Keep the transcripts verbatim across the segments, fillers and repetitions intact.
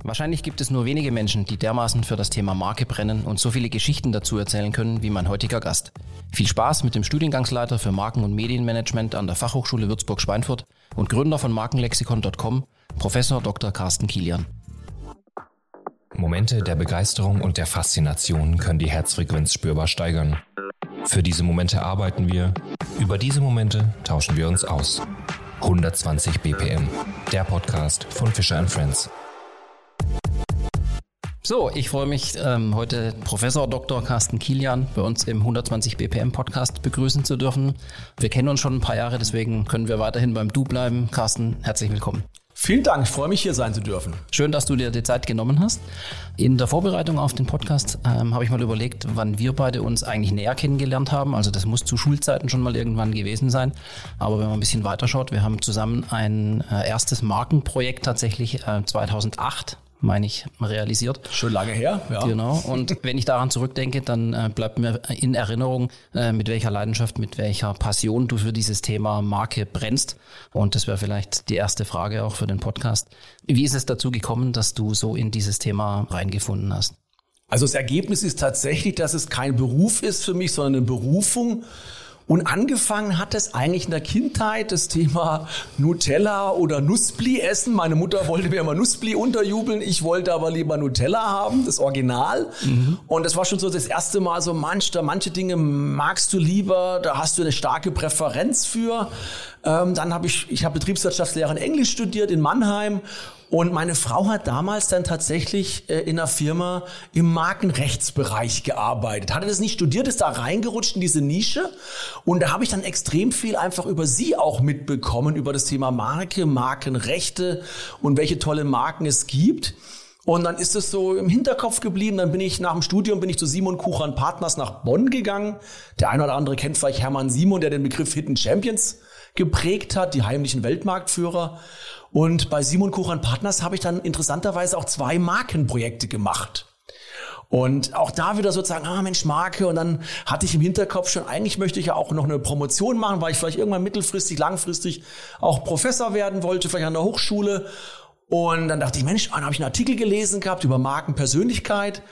Wahrscheinlich gibt es nur wenige Menschen, die dermaßen für das Thema Marke brennen und so viele Geschichten dazu erzählen können wie mein heutiger Gast. Viel Spaß mit dem Studiengangsleiter für Marken- und Medienmanagement an der Fachhochschule Würzburg-Schweinfurt und Gründer von Markenlexikon Punkt com, Professor Doktor Carsten Kilian. Momente der Begeisterung und der Faszination können die Herzfrequenz spürbar steigern. Für diese Momente arbeiten wir. Über diese Momente tauschen wir uns aus. hundertzwanzig B P M, der Podcast von Fischer and Friends. So, ich freue mich, ähm, heute Professor Doktor Carsten Kilian bei uns im hundertzwanzig B P M Podcast begrüßen zu dürfen. Wir kennen uns schon ein paar Jahre, deswegen können wir weiterhin beim Du bleiben. Carsten, herzlich willkommen. Vielen Dank, ich freue mich, hier sein zu dürfen. Schön, dass du dir die Zeit genommen hast. In der Vorbereitung auf den Podcast ähm, habe ich mal überlegt, wann wir beide uns eigentlich näher kennengelernt haben. Also das muss zu Schulzeiten schon mal irgendwann gewesen sein. Aber wenn man ein bisschen weiterschaut, wir haben zusammen ein äh, erstes Markenprojekt tatsächlich äh, zweitausendacht, meine ich, realisiert. Schon lange her, ja. Genau. Und wenn ich daran zurückdenke, dann äh, bleibt mir in Erinnerung, äh, mit welcher Leidenschaft, mit welcher Passion du für dieses Thema Marke brennst. Und das wäre vielleicht die erste Frage auch für den Podcast. Wie ist es dazu gekommen, dass du so in dieses Thema reingefunden hast? Also das Ergebnis ist tatsächlich, dass es kein Beruf ist für mich, sondern eine Berufung. Und angefangen hat es eigentlich in der Kindheit, das Thema Nutella oder Nussbli essen. Meine Mutter wollte mir immer Nussbli unterjubeln, ich wollte aber lieber Nutella haben, das Original. Mhm. Und das war schon so das erste Mal so, manch, da manche Dinge magst du lieber, da hast du eine starke Präferenz für. Ähm, dann habe ich, ich habe Betriebswirtschaftslehre in Englisch studiert in Mannheim. Und meine Frau hat damals dann tatsächlich äh, in einer Firma im Markenrechtsbereich gearbeitet. Hatte das nicht studiert, ist da reingerutscht in diese Nische. Und da habe ich dann extrem viel einfach über sie auch mitbekommen, über das Thema Marke, Markenrechte und welche tolle Marken es gibt. Und dann ist es so im Hinterkopf geblieben. Dann bin ich nach dem Studium bin ich zu Simon Kucher und Partners nach Bonn gegangen. Der eine oder andere kennt vielleicht Hermann Simon, der den Begriff Hidden Champions geprägt hat, die heimlichen Weltmarktführer. Und bei Simon Kucher und Partners habe ich dann interessanterweise auch zwei Markenprojekte gemacht. Und auch da wieder sozusagen, ah Mensch, Marke. Und dann hatte ich im Hinterkopf schon, eigentlich möchte ich ja auch noch eine Promotion machen, weil ich vielleicht irgendwann mittelfristig, langfristig auch Professor werden wollte, vielleicht an der Hochschule. Und dann dachte ich, Mensch, dann habe ich einen Artikel gelesen gehabt über Markenpersönlichkeit.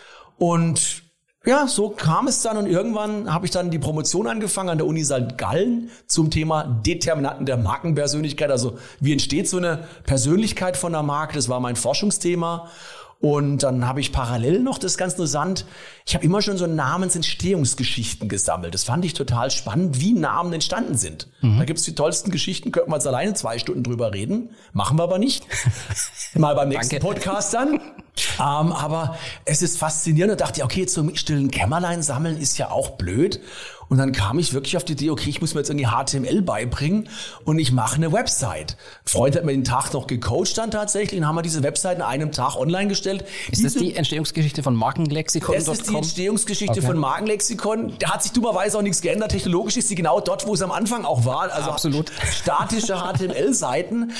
Und ja, so kam es dann und irgendwann habe ich dann die Promotion angefangen an der Uni Sankt Gallen zum Thema Determinanten der Markenpersönlichkeit. Also wie entsteht so eine Persönlichkeit von einer Marke? Das war mein Forschungsthema. Und dann habe ich parallel noch, das ist ganz interessant, ich habe immer schon so Namensentstehungsgeschichten gesammelt. Das fand ich total spannend, wie Namen entstanden sind. Mhm. Da gibt's die tollsten Geschichten, könnten wir jetzt alleine zwei Stunden drüber reden. Machen wir aber nicht. Mal beim nächsten Danke. Podcast dann. Ähm, aber es ist faszinierend und dachte, okay, zum stillen Kämmerlein sammeln ist ja auch blöd. Und dann kam ich wirklich auf die Idee, okay, ich muss mir jetzt irgendwie H T M L beibringen und ich mache eine Website. Ein Freund hat mir den Tag noch gecoacht dann tatsächlich und haben wir diese Website in einem Tag online gestellt. Ist diese, das die Entstehungsgeschichte von Markenlexikon Punkt com? Das ist die Entstehungsgeschichte okay. von Markenlexikon. Da hat sich dummerweise auch nichts geändert. Technologisch ist sie genau dort, wo es am Anfang auch war. Also absolut. Statische H T M L-Seiten.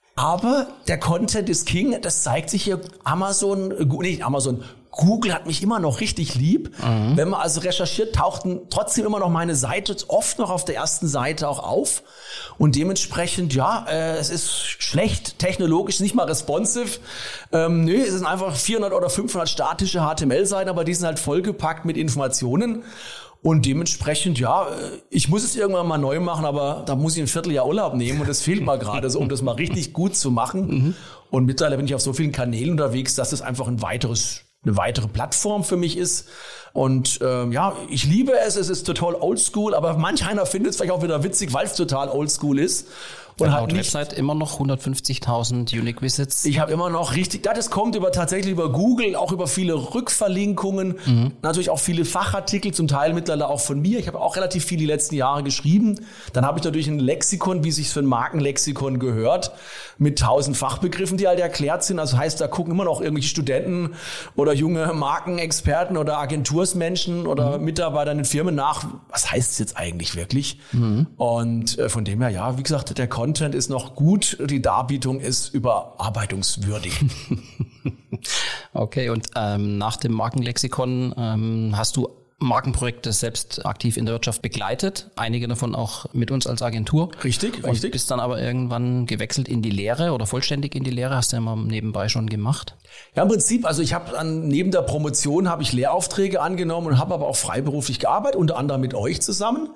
Aber der Content ist King. Das zeigt sich hier. Amazon, nicht Amazon, Google hat mich immer noch richtig lieb. Mhm. Wenn man also recherchiert, tauchten trotzdem immer noch meine Seite oft noch auf der ersten Seite auch auf. Und dementsprechend, ja, äh, es ist schlecht technologisch, nicht mal responsive. Ähm, nö, es sind einfach vierhundert oder fünfhundert statische H T M L-Seiten, aber die sind halt vollgepackt mit Informationen. Und dementsprechend, ja, ich muss es irgendwann mal neu machen, aber da muss ich ein Vierteljahr Urlaub nehmen und das fehlt mir gerade, so, um das mal richtig gut zu machen. Mhm. Und mittlerweile bin ich auf so vielen Kanälen unterwegs, dass es einfach ein weiteres, eine weitere Plattform für mich ist. Und ähm, ja, ich liebe es, es ist total oldschool, aber manch einer findet es vielleicht auch wieder witzig, weil es total oldschool ist. Und hat nicht, Website immer noch hundertfünfzigtausend Unique Visits. Ich habe immer noch richtig, das kommt über tatsächlich über Google, auch über viele Rückverlinkungen, mhm. natürlich auch viele Fachartikel, zum Teil mittlerweile auch von mir. Ich habe auch relativ viel die letzten Jahre geschrieben. Dann habe ich natürlich ein Lexikon, wie sich für ein Markenlexikon gehört, mit tausend Fachbegriffen, die halt erklärt sind. Also heißt, da gucken immer noch irgendwelche Studenten oder junge Markenexperten oder Agentursmenschen oder mhm. Mitarbeiter in den Firmen nach, was heißt es jetzt eigentlich wirklich? Mhm. Und äh, von dem her, ja, wie gesagt, der Content ist noch gut, die Darbietung ist überarbeitungswürdig. Okay, und ähm, nach dem Markenlexikon ähm, hast du Markenprojekte selbst aktiv in der Wirtschaft begleitet, einige davon auch mit uns als Agentur. Richtig, und richtig. Bist dann aber irgendwann gewechselt in die Lehre oder vollständig in die Lehre, hast du ja mal nebenbei schon gemacht. Ja, im Prinzip, also ich habe neben der Promotion habe ich Lehraufträge angenommen und habe aber auch freiberuflich gearbeitet, unter anderem mit euch zusammen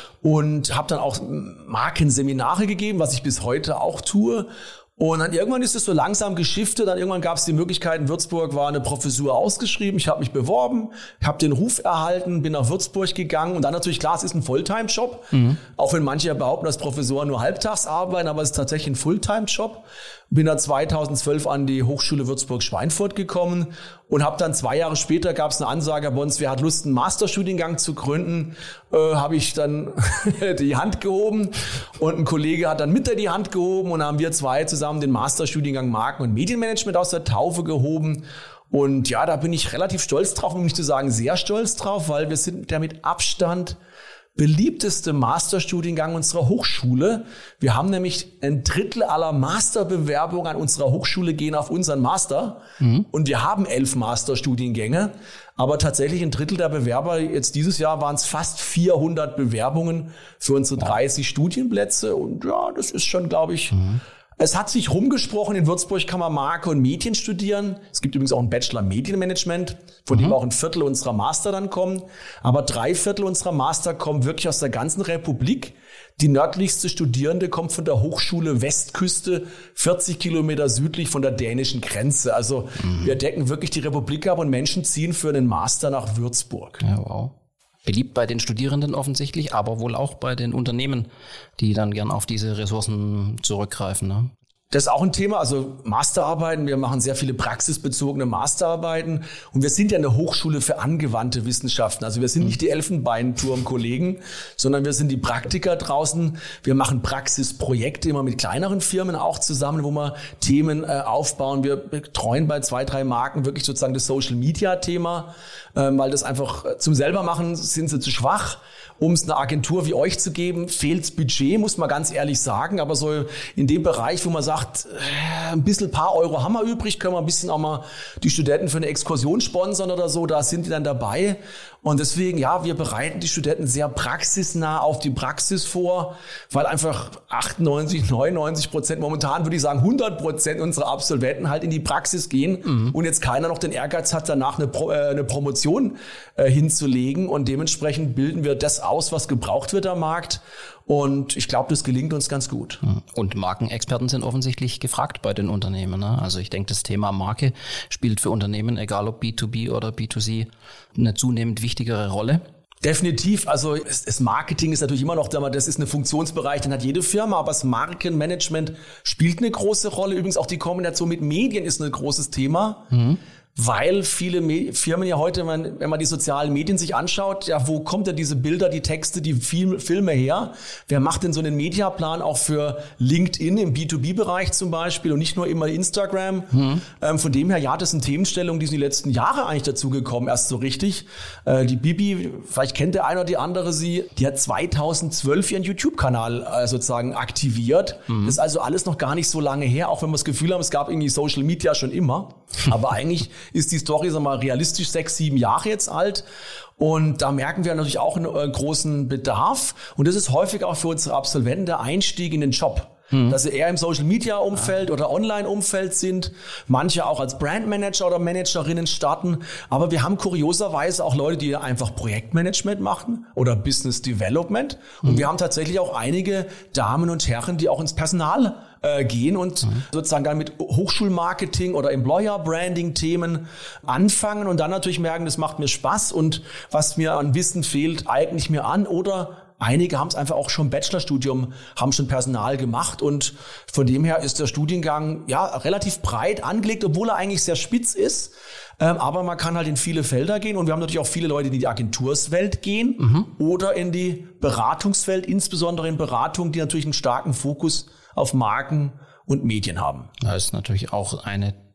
und habe dann auch Markenseminare gegeben, was ich bis heute auch tue. Und dann irgendwann ist es so langsam geschiftet, dann irgendwann gab es die Möglichkeit, in Würzburg war eine Professur ausgeschrieben, ich habe mich beworben, habe den Ruf erhalten, bin nach Würzburg gegangen und dann natürlich, klar, es ist ein Fulltime-Job, mhm. auch wenn manche ja behaupten, dass Professoren nur halbtags arbeiten, aber es ist tatsächlich ein Fulltime-Job. Bin dann zweitausendzwölf an die Hochschule Würzburg-Schweinfurt gekommen und habe dann zwei Jahre später, gab es eine Ansage bei uns, wer hat Lust, einen Masterstudiengang zu gründen, äh, habe ich dann die Hand gehoben und ein Kollege hat dann mit der die Hand gehoben und haben wir zwei zusammen den Masterstudiengang Marken- und Medienmanagement aus der Taufe gehoben. Und ja, da bin ich relativ stolz drauf, um nicht zu sagen sehr stolz drauf, weil wir sind der mit Abstand beliebteste Masterstudiengang unserer Hochschule. Wir haben nämlich ein Drittel aller Masterbewerbungen an unserer Hochschule gehen auf unseren Master. Mhm. Und wir haben elf Masterstudiengänge. Aber tatsächlich ein Drittel der Bewerber, jetzt dieses Jahr waren es fast vierhundert Bewerbungen für unsere dreißig Studienplätze. Und ja, das ist schon, glaube ich, mhm. Es hat sich rumgesprochen, in Würzburg kann man Marke und Medien studieren. Es gibt übrigens auch einen Bachelor Medienmanagement, von mhm. dem auch ein Viertel unserer Master dann kommen. Aber drei Viertel unserer Master kommen wirklich aus der ganzen Republik. Die nördlichste Studierende kommt von der Hochschule Westküste, vierzig Kilometer südlich von der dänischen Grenze. Also mhm. wir decken wirklich die Republik ab und Menschen ziehen für einen Master nach Würzburg. Ja, wow. Beliebt bei den Studierenden offensichtlich, aber wohl auch bei den Unternehmen, die dann gern auf diese Ressourcen zurückgreifen. Ne? Das ist auch ein Thema, also Masterarbeiten, wir machen sehr viele praxisbezogene Masterarbeiten und wir sind ja eine Hochschule für angewandte Wissenschaften. Also wir sind nicht die Elfenbeinturm-Kollegen, sondern wir sind die Praktiker draußen. Wir machen Praxisprojekte immer mit kleineren Firmen auch zusammen, wo wir Themen äh, aufbauen. Wir betreuen bei zwei, drei Marken wirklich sozusagen das Social-Media-Thema, äh, weil das einfach äh, zum selbermachen sind sie zu schwach. Um es einer Agentur wie euch zu geben, fehlt's Budget, muss man ganz ehrlich sagen. Aber so in dem Bereich, wo man sagt, äh, ein bisschen paar Euro haben wir übrig, können wir ein bisschen auch mal die Studenten für eine Exkursion sponsern oder so, da sind die dann dabei. Und deswegen, ja, wir bereiten die Studenten sehr praxisnah auf die Praxis vor, weil einfach achtundneunzig, neunundneunzig Prozent, momentan würde ich sagen hundert Prozent unserer Absolventen halt in die Praxis gehen mhm. und jetzt keiner noch den Ehrgeiz hat, danach eine, Pro, äh, eine Promotion äh, hinzulegen. Und dementsprechend bilden wir das aus, was gebraucht wird am Markt. Und ich glaube, das gelingt uns ganz gut. Und Markenexperten sind offensichtlich gefragt bei den Unternehmen. Ne? Also ich denke, das Thema Marke spielt für Unternehmen, egal ob B zwei B oder B zwei C, eine zunehmend wichtigere Rolle. Definitiv. Also das Marketing ist natürlich immer noch, das ist ein Funktionsbereich, den hat jede Firma, aber das Markenmanagement spielt eine große Rolle. Übrigens auch die Kombination mit Medien ist ein großes Thema. Mhm. Weil viele Me- Firmen ja heute, wenn, wenn man die sozialen Medien sich anschaut, ja, wo kommt denn diese Bilder, die Texte, die Film, Filme her? Wer macht denn so einen Mediaplan auch für LinkedIn im B zwei B-Bereich zum Beispiel und nicht nur immer Instagram? Mhm. Ähm, von dem her, ja, das sind Themenstellungen, die sind die letzten Jahre eigentlich dazugekommen, erst so richtig. Äh, die Bibi, vielleicht kennt der eine oder die andere sie, die hat zweitausendzwölf ihren YouTube-Kanal äh, sozusagen aktiviert. Mhm. Das ist also alles noch gar nicht so lange her, auch wenn wir das Gefühl haben, es gab irgendwie Social Media schon immer. Aber eigentlich ist die Story, sagen wir mal, realistisch sechs, sieben Jahre jetzt alt. Und da merken wir natürlich auch einen äh, großen Bedarf. Und das ist häufig auch für unsere Absolventen der Einstieg in den Job. Mhm. Dass sie eher im Social-Media-Umfeld oder Online-Umfeld sind. Manche auch als Brandmanager oder Managerinnen starten. Aber wir haben kurioserweise auch Leute, die einfach Projektmanagement machen oder Business Development. Und mhm. wir haben tatsächlich auch einige Damen und Herren, die auch ins Personal äh, gehen und mhm. sozusagen dann mit Hochschulmarketing oder Employer-Branding-Themen anfangen und dann natürlich merken, das macht mir Spaß und was mir an Wissen fehlt, eigne ich mir an oder einige haben es einfach auch schon im Bachelorstudium, haben schon Personal gemacht und von dem her ist der Studiengang ja relativ breit angelegt, obwohl er eigentlich sehr spitz ist. Ähm, aber man kann halt in viele Felder gehen und wir haben natürlich auch viele Leute, die in die Agenturswelt gehen mhm. oder in die Beratungswelt, insbesondere in Beratung, die natürlich einen starken Fokus auf Marken und Medien haben. Das ist natürlich auch eine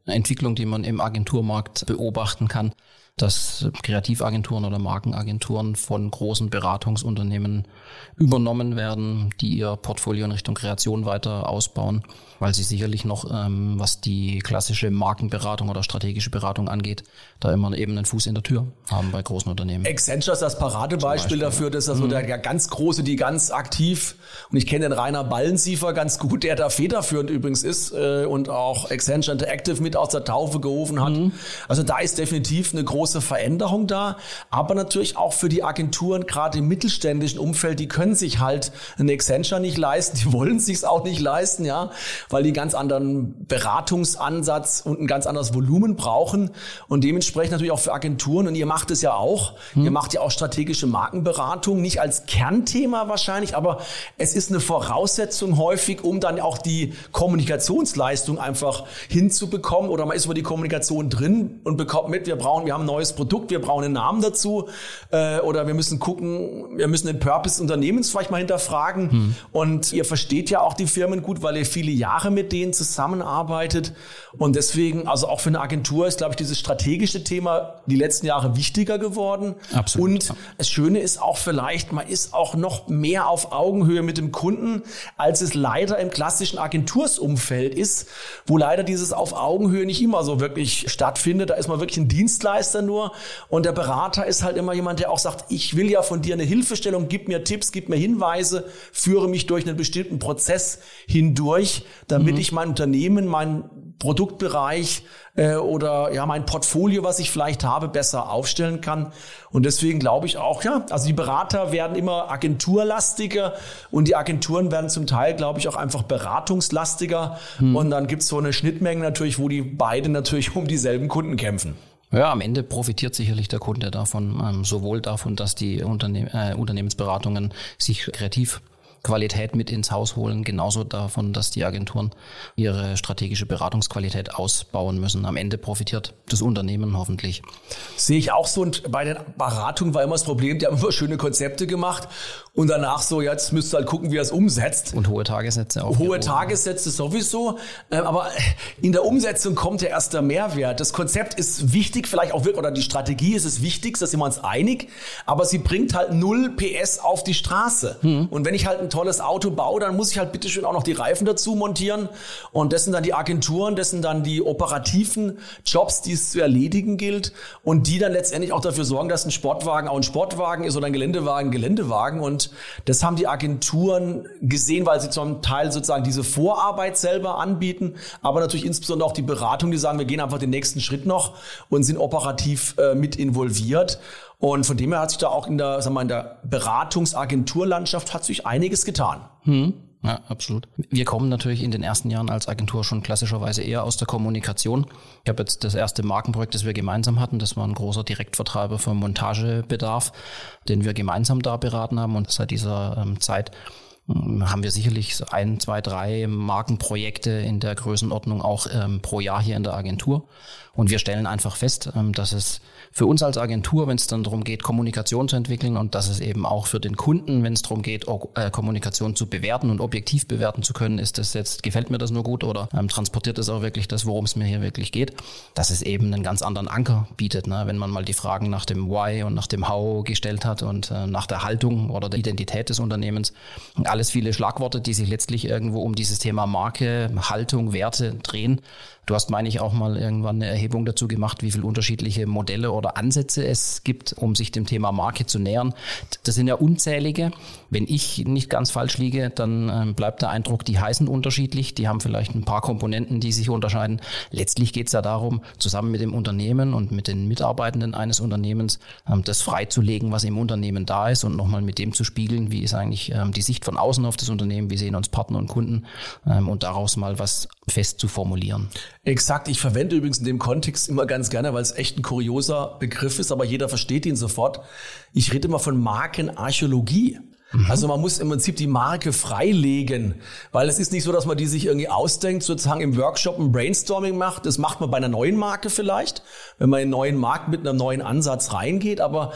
Entwicklung, die man im Agenturmarkt beobachten kann, dass Kreativagenturen oder Markenagenturen von großen Beratungsunternehmen übernommen werden, die ihr Portfolio in Richtung Kreation weiter ausbauen, weil sie sicherlich noch, ähm, was die klassische Markenberatung oder strategische Beratung angeht, da immer eben einen Fuß in der Tür haben bei großen Unternehmen. Accenture ist das Paradebeispiel dafür, dass also mhm. der, der ganz Große, die ganz aktiv, und ich kenne den Rainer Ballensiefer ganz gut, der da federführend übrigens ist äh, und auch Accenture Interactive mit aus der Taufe gehoben hat. Mhm. Also da ist definitiv eine große Veränderung da, aber natürlich auch für die Agenturen, gerade im mittelständischen Umfeld, die können sich halt einen Accenture nicht leisten, die wollen es sich auch nicht leisten, ja, weil die einen ganz anderen Beratungsansatz und ein ganz anderes Volumen brauchen und dementsprechend natürlich auch für Agenturen, und ihr macht es ja auch, hm. ihr macht ja auch strategische Markenberatung, nicht als Kernthema wahrscheinlich, aber es ist eine Voraussetzung häufig, um dann auch die Kommunikationsleistung einfach hinzubekommen, oder man ist über die Kommunikation drin und bekommt mit, wir brauchen, wir haben ein neues Produkt, wir brauchen einen Namen dazu, äh, oder wir müssen gucken, wir müssen den Purpose des Unternehmens vielleicht mal hinterfragen. Hm. Und ihr versteht ja auch die Firmen gut, weil ihr viele Jahre mit denen zusammenarbeitet. Und deswegen, also auch für eine Agentur ist, glaube ich, dieses strategische Thema die letzten Jahre wichtiger geworden. Absolut. Und das Schöne ist auch vielleicht, man ist auch noch mehr auf Augenhöhe mit dem Kunden, als es leider im klassischen Agentursumfeld ist, wo leider dieses auf Augenhöhe nicht immer so wirklich stattfindet. Da ist man wirklich ein Dienstleister nur. Und der Berater ist halt immer jemand, der auch sagt, ich will ja von dir eine Hilfestellung, gib mir Tipps, gib mir Hinweise, führe mich durch einen bestimmten Prozess hindurch, damit mhm. ich mein Unternehmen, meinen Produktbereich äh, oder ja mein Portfolio, was ich vielleicht habe, besser aufstellen kann. Und deswegen glaube ich auch, ja, also die Berater werden immer agenturlastiger und die Agenturen werden zum Teil, glaube ich, auch einfach beratungslastiger. Mhm. Und dann gibt es so eine Schnittmenge natürlich, wo die beiden natürlich um dieselben Kunden kämpfen. Ja, am Ende profitiert sicherlich der Kunde davon, ähm, sowohl davon, dass die Unterne- äh, Unternehmensberatungen sich kreativ Qualität mit ins Haus holen, genauso davon, dass die Agenturen ihre strategische Beratungsqualität ausbauen müssen. Am Ende profitiert das Unternehmen hoffentlich. Sehe ich auch so. Und bei den Beratungen war immer das Problem, die haben immer schöne Konzepte gemacht und danach so, jetzt müsst ihr halt gucken, wie er es umsetzt. Und hohe Tagessätze auch. Hohe Tagessätze sowieso. Aber in der Umsetzung kommt ja erst der Mehrwert. Das Konzept ist wichtig, vielleicht auch wirklich, oder die Strategie ist das Wichtigste, da sind wir uns einig, aber sie bringt halt null P S auf die Straße. Hm. Und wenn ich halt ein tolles Auto baue, dann muss ich halt bitteschön auch noch die Reifen dazu montieren. Und das sind dann die Agenturen, das sind dann die operativen Jobs, die es zu erledigen gilt und die dann letztendlich auch dafür sorgen, dass ein Sportwagen auch ein Sportwagen ist oder ein Geländewagen ein Geländewagen. Und das haben die Agenturen gesehen, weil sie zum Teil sozusagen diese Vorarbeit selber anbieten, aber natürlich insbesondere auch die Beratung, die sagen, wir gehen einfach den nächsten Schritt noch und sind operativ äh, mit involviert. Und von dem her hat sich da auch in der, sagen wir mal, in der Beratungsagenturlandschaft hat sich einiges getan. Hm. Ja, absolut. Wir kommen natürlich in den ersten Jahren als Agentur schon klassischerweise eher aus der Kommunikation. Ich habe jetzt das erste Markenprojekt, das wir gemeinsam hatten, das war ein großer Direktvertreiber für Montagebedarf, den wir gemeinsam da beraten haben. Und seit dieser ähm, Zeit haben wir sicherlich ein, zwei, drei Markenprojekte in der Größenordnung auch ähm, pro Jahr hier in der Agentur. Und wir stellen einfach fest, ähm, dass es für uns als Agentur, wenn es dann darum geht, Kommunikation zu entwickeln und dass es eben auch für den Kunden, wenn es darum geht, auch, äh, Kommunikation zu bewerten und objektiv bewerten zu können, ist das jetzt, gefällt mir das nur gut oder ähm, transportiert es auch wirklich das, worum es mir hier wirklich geht, dass es eben einen ganz anderen Anker bietet, ne? Wenn man mal die Fragen nach dem Why und nach dem How gestellt hat und äh, nach der Haltung oder der Identität des Unternehmens. Alles viele Schlagworte, die sich letztlich irgendwo um dieses Thema Marke, Haltung, Werte drehen. Du hast, meine ich, auch mal irgendwann eine Erhebung dazu gemacht, wie viele unterschiedliche Modelle oder Ansätze es gibt, um sich dem Thema Marke zu nähern. Das sind ja unzählige. Wenn ich nicht ganz falsch liege, dann äh, bleibt der Eindruck, die heißen unterschiedlich. Die haben vielleicht ein paar Komponenten, die sich unterscheiden. Letztlich geht es ja darum, zusammen mit dem Unternehmen und mit den Mitarbeitenden eines Unternehmens ähm, das freizulegen, was im Unternehmen da ist und nochmal mit dem zu spiegeln, wie ist eigentlich ähm, die Sicht von außen auf das Unternehmen, wie sehen uns Partner und Kunden ähm, und daraus mal was fest zu formulieren. Exakt, ich verwende übrigens in dem Kontext immer ganz gerne, weil es echt ein kurioser Begriff ist, aber jeder versteht ihn sofort. Ich rede immer von Markenarchäologie. Mhm. Also man muss im Prinzip die Marke freilegen, weil es ist nicht so, dass man die sich irgendwie ausdenkt, sozusagen im Workshop ein Brainstorming macht. Das macht man bei einer neuen Marke vielleicht, wenn man in einen neuen Markt mit einem neuen Ansatz reingeht, aber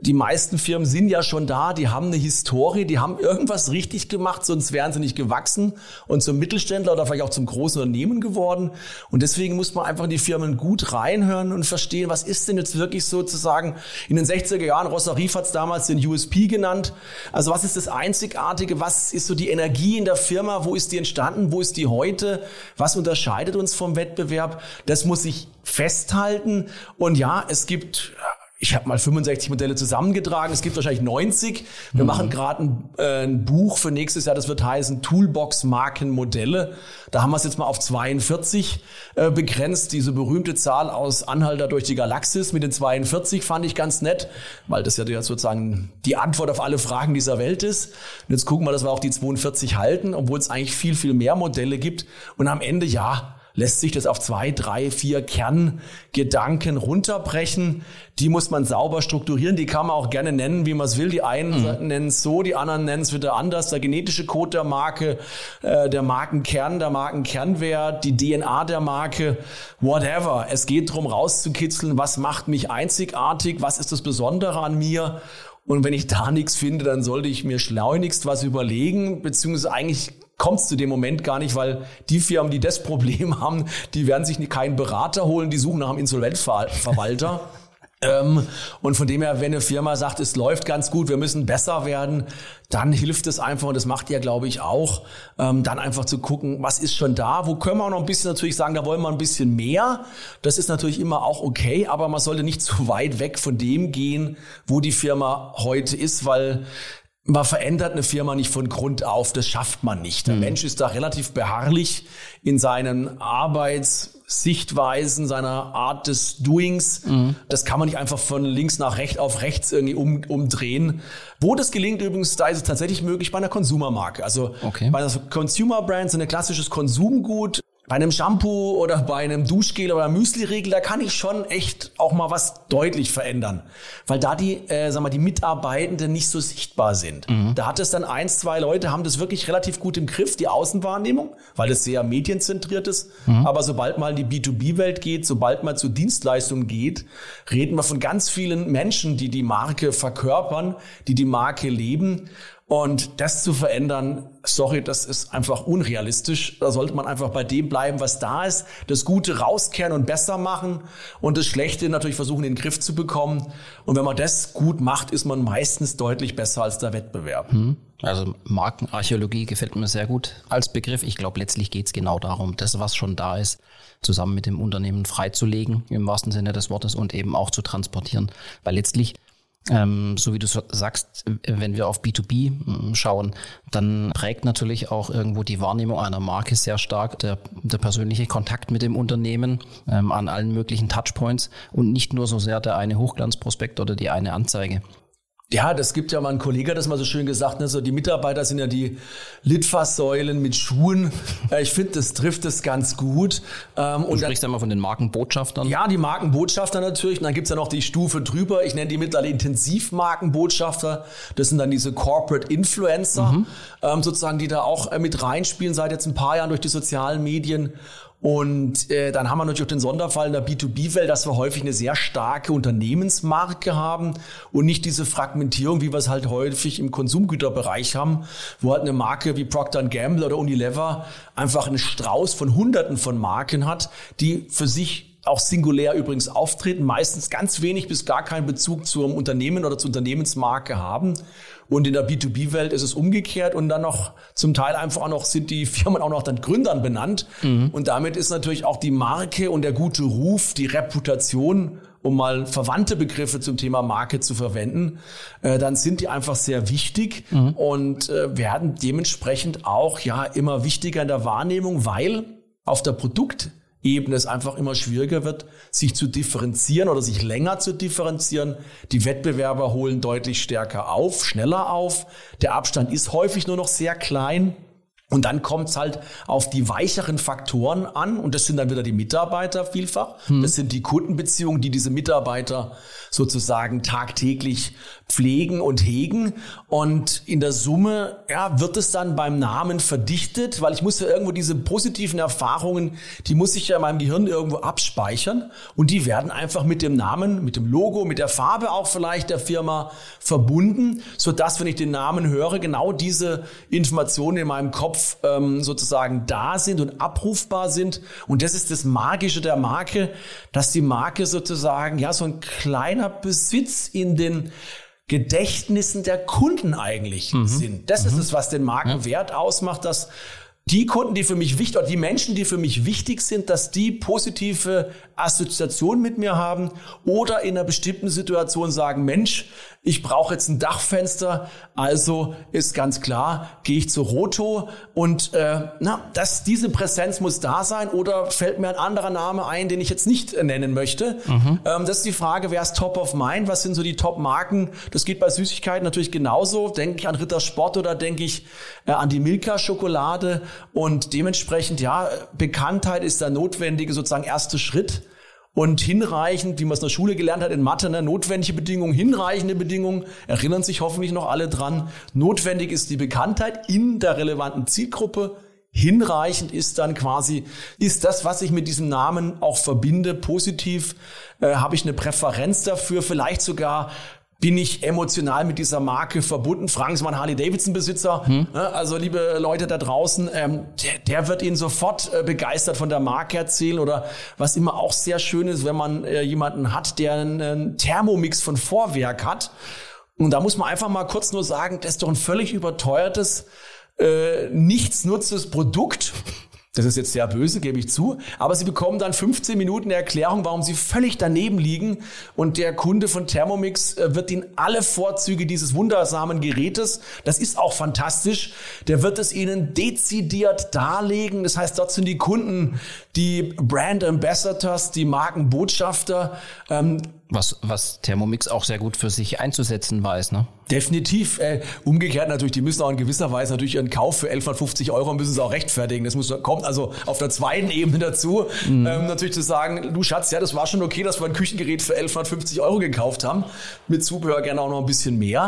die meisten Firmen sind ja schon da, die haben eine Historie, die haben irgendwas richtig gemacht, sonst wären sie nicht gewachsen und zum Mittelständler oder vielleicht auch zum großen Unternehmen geworden. Und deswegen muss man einfach in die Firmen gut reinhören und verstehen, was ist denn jetzt wirklich sozusagen in den sechziger Jahren, Rossarief hat es damals den U S P genannt. Also was ist das Einzigartige, was ist so die Energie in der Firma, wo ist die entstanden, wo ist die heute, was unterscheidet uns vom Wettbewerb? Das muss ich festhalten. Und ja, es gibt... Ich habe mal fünfundsechzig Modelle zusammengetragen, es gibt wahrscheinlich neunzig. Wir mhm. machen gerade ein, äh, ein Buch für nächstes Jahr, das wird heißen Toolbox Markenmodelle. Da haben wir es jetzt mal auf zweiundvierzig äh, begrenzt. Diese berühmte Zahl aus Anhalter durch die Galaxis mit den zweiundvierzig fand ich ganz nett, weil das ja sozusagen die Antwort auf alle Fragen dieser Welt ist. Und jetzt gucken wir, dass wir auch die zweiundvierzig halten, obwohl es eigentlich viel, viel mehr Modelle gibt. Und am Ende, ja, lässt sich das auf zwei, drei, vier Kerngedanken runterbrechen. Die muss man sauber strukturieren. Die kann man auch gerne nennen, wie man es will. Die einen mhm. nennen es so, die anderen nennen es wieder anders. Der genetische Code der Marke, äh, der Markenkern, der Markenkernwert, die D N A der Marke, whatever. Es geht darum, rauszukitzeln, was macht mich einzigartig, was ist das Besondere an mir. Und wenn ich da nichts finde, dann sollte ich mir schleunigst was überlegen, beziehungsweise eigentlich kommt es zu dem Moment gar nicht, weil die Firmen, die das Problem haben, die werden sich keinen Berater holen, die suchen nach einem Insolvenzverwalter. ähm, und von dem her, wenn eine Firma sagt, es läuft ganz gut, wir müssen besser werden, dann hilft es einfach, und das macht ihr, glaube ich, auch, ähm, dann einfach zu gucken, was ist schon da, wo können wir auch noch ein bisschen natürlich sagen, da wollen wir ein bisschen mehr. Das ist natürlich immer auch okay, aber man sollte nicht zu weit weg von dem gehen, wo die Firma heute ist, weil man verändert eine Firma nicht von Grund auf, das schafft man nicht. Der mhm. Mensch ist da relativ beharrlich in seinen Arbeitssichtweisen, seiner Art des Doings. Mhm. Das kann man nicht einfach von links nach rechts auf rechts irgendwie um, umdrehen. Wo das gelingt übrigens, da ist es tatsächlich möglich bei einer Consumer-Marke. Also okay. bei einer Consumer-Brand, so ein klassisches Konsumgut. Bei einem Shampoo oder bei einem Duschgel oder einem Müsli-Riegel, da kann ich schon echt auch mal was deutlich verändern. Weil da die, äh, sag mal, die Mitarbeitenden nicht so sichtbar sind. Mhm. Da hat es dann eins, zwei Leute, haben das wirklich relativ gut im Griff, die Außenwahrnehmung, weil es sehr medienzentriert ist. Mhm. Aber sobald mal in die B zwei B-Welt geht, sobald man zu Dienstleistungen geht, reden wir von ganz vielen Menschen, die die Marke verkörpern, die die Marke leben. Und das zu verändern, sorry, das ist einfach unrealistisch. Da sollte man einfach bei dem bleiben, was da ist, das Gute rauskehren und besser machen und das Schlechte natürlich versuchen, in den Griff zu bekommen. Und wenn man das gut macht, ist man meistens deutlich besser als der Wettbewerb. Also Markenarchäologie gefällt mir sehr gut als Begriff. Ich glaube, letztlich geht es genau darum, das, was schon da ist, zusammen mit dem Unternehmen freizulegen, im wahrsten Sinne des Wortes, und eben auch zu transportieren. Weil letztlich, Ähm, so wie du sagst, wenn wir auf B zwei B schauen, dann prägt natürlich auch irgendwo die Wahrnehmung einer Marke sehr stark der, der persönliche Kontakt mit dem Unternehmen ähm, an allen möglichen Touchpoints und nicht nur so sehr der eine Hochglanzprospekt oder die eine Anzeige. Ja, das gibt ja mal ein Kollege, das mal so schön gesagt, ne, so die Mitarbeiter sind ja die Litfaßsäulen mit Schuhen. Ich finde, das trifft es ganz gut. Ähm, du und sprichst ja immer von den Markenbotschaftern. Ja, die Markenbotschafter natürlich. Und dann gibt's ja noch die Stufe drüber. Ich nenne die mittlerweile Intensivmarkenbotschafter. Das sind dann diese Corporate Influencer, mhm. ähm, sozusagen, die da auch äh, mit reinspielen seit jetzt ein paar Jahren durch die sozialen Medien. Und äh, dann haben wir natürlich auch den Sonderfall in der B zwei B-Welt, dass wir häufig eine sehr starke Unternehmensmarke haben und nicht diese Fragmentierung, wie wir es halt häufig im Konsumgüterbereich haben, wo halt eine Marke wie Procter and Gamble oder Unilever einfach einen Strauß von Hunderten von Marken hat, die für sich auch singulär übrigens auftreten, meistens ganz wenig bis gar keinen Bezug zum Unternehmen oder zur Unternehmensmarke haben. Und in der B zwei B-Welt ist es umgekehrt und dann noch zum Teil einfach auch noch sind die Firmen auch noch dann Gründern benannt. Mhm. Und damit ist natürlich auch die Marke und der gute Ruf, die Reputation, um mal verwandte Begriffe zum Thema Marke zu verwenden, äh, dann sind die einfach sehr wichtig mhm. und äh, werden dementsprechend auch ja immer wichtiger in der Wahrnehmung, weil auf der Produkt Ebene es einfach immer schwieriger wird, sich zu differenzieren oder sich länger zu differenzieren. Die Wettbewerber holen deutlich stärker auf, schneller auf. Der Abstand ist häufig nur noch sehr klein. Und dann kommt es halt auf die weicheren Faktoren an. Und das sind dann wieder die Mitarbeiter vielfach. Hm. Das sind die Kundenbeziehungen, die diese Mitarbeiter sozusagen tagtäglich pflegen und hegen. Und in der Summe ja, wird es dann beim Namen verdichtet, weil ich muss ja irgendwo diese positiven Erfahrungen, die muss ich ja in meinem Gehirn irgendwo abspeichern. Und die werden einfach mit dem Namen, mit dem Logo, mit der Farbe auch vielleicht der Firma verbunden, sodass, wenn ich den Namen höre, genau diese Informationen in meinem Kopf ähm, sozusagen da sind und abrufbar sind. Und das ist das Magische der Marke, dass die Marke sozusagen ja so ein kleiner Besitz in den Gedächtnissen der Kunden eigentlich mhm. sind. Das mhm. ist es, was den Markenwert ja. ausmacht, dass die Kunden, die für mich wichtig, oder die Menschen, die für mich wichtig sind, dass die positive Assoziationen mit mir haben oder in einer bestimmten Situation sagen, Mensch, ich brauche jetzt ein Dachfenster, also ist ganz klar, gehe ich zu Roto und äh, na, das, diese Präsenz muss da sein, oder fällt mir ein anderer Name ein, den ich jetzt nicht äh, nennen möchte. Mhm. Ähm, das ist die Frage, wer ist top of mind, was sind so die Top-Marken? Das geht bei Süßigkeiten natürlich genauso. Denke ich an Ritter Sport oder denke ich äh, an die Milka-Schokolade, und dementsprechend, ja, Bekanntheit ist der notwendige sozusagen erste Schritt. Und hinreichend, wie man es in der Schule gelernt hat, in Mathe, ne, notwendige Bedingungen, hinreichende Bedingungen, erinnern sich hoffentlich noch alle dran. Notwendig ist die Bekanntheit in der relevanten Zielgruppe. Hinreichend ist dann quasi, ist das, was ich mit diesem Namen auch verbinde, positiv, äh, habe ich eine Präferenz dafür, vielleicht sogar bin ich emotional mit dieser Marke verbunden. Fragen Sie mal einen Harley-Davidson-Besitzer. Hm. Also liebe Leute da draußen, ähm, der, der wird Ihnen sofort äh, begeistert von der Marke erzählen. Oder was immer auch sehr schön ist, wenn man äh, jemanden hat, der einen, einen Thermomix von Vorwerk hat. Und da muss man einfach mal kurz nur sagen, das ist doch ein völlig überteuertes, äh, nichtsnutzes Produkt. Das ist jetzt sehr böse, gebe ich zu. Aber Sie bekommen dann fünfzehn Minuten Erklärung, warum Sie völlig daneben liegen. Und der Kunde von Thermomix wird Ihnen alle Vorzüge dieses wundersamen Gerätes, das ist auch fantastisch, der wird es Ihnen dezidiert darlegen. Das heißt, dort sind die Kunden, die Brand Ambassadors, die Markenbotschafter. Ähm, Was, was Thermomix auch sehr gut für sich einzusetzen weiß, ne? Definitiv. Äh, umgekehrt natürlich, die müssen auch in gewisser Weise natürlich ihren Kauf für elfhundertfünfzig Euro müssen sie auch rechtfertigen. Das muss, kommt also auf der zweiten Ebene dazu. Mhm. Ähm, natürlich zu sagen, du Schatz, ja, das war schon okay, dass wir ein Küchengerät für elfhundertfünfzig Euro gekauft haben. Mit Zubehör gerne auch noch ein bisschen mehr.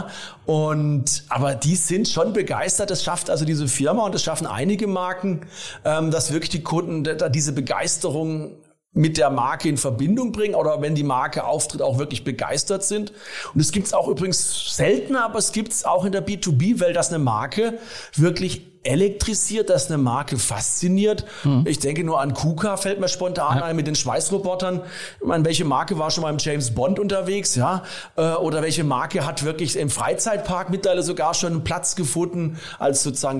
Und, aber die sind schon begeistert. Das schafft also diese Firma, und das schaffen einige Marken, ähm, dass wirklich die Kunden da diese Begeisterung mit der Marke in Verbindung bringen, oder wenn die Marke auftritt, auch wirklich begeistert sind. Und es gibt es auch übrigens selten, aber es gibt es auch in der B zwei B-Welt, dass eine Marke wirklich elektrisiert, dass eine Marke fasziniert. Mhm. Ich denke nur an KUKA, fällt mir spontan ja. ein, mit den Schweißrobotern. Ich meine, welche Marke war schon mal im James Bond unterwegs, ja? Oder welche Marke hat wirklich im Freizeitpark mittlerweile sogar schon einen Platz gefunden als sozusagen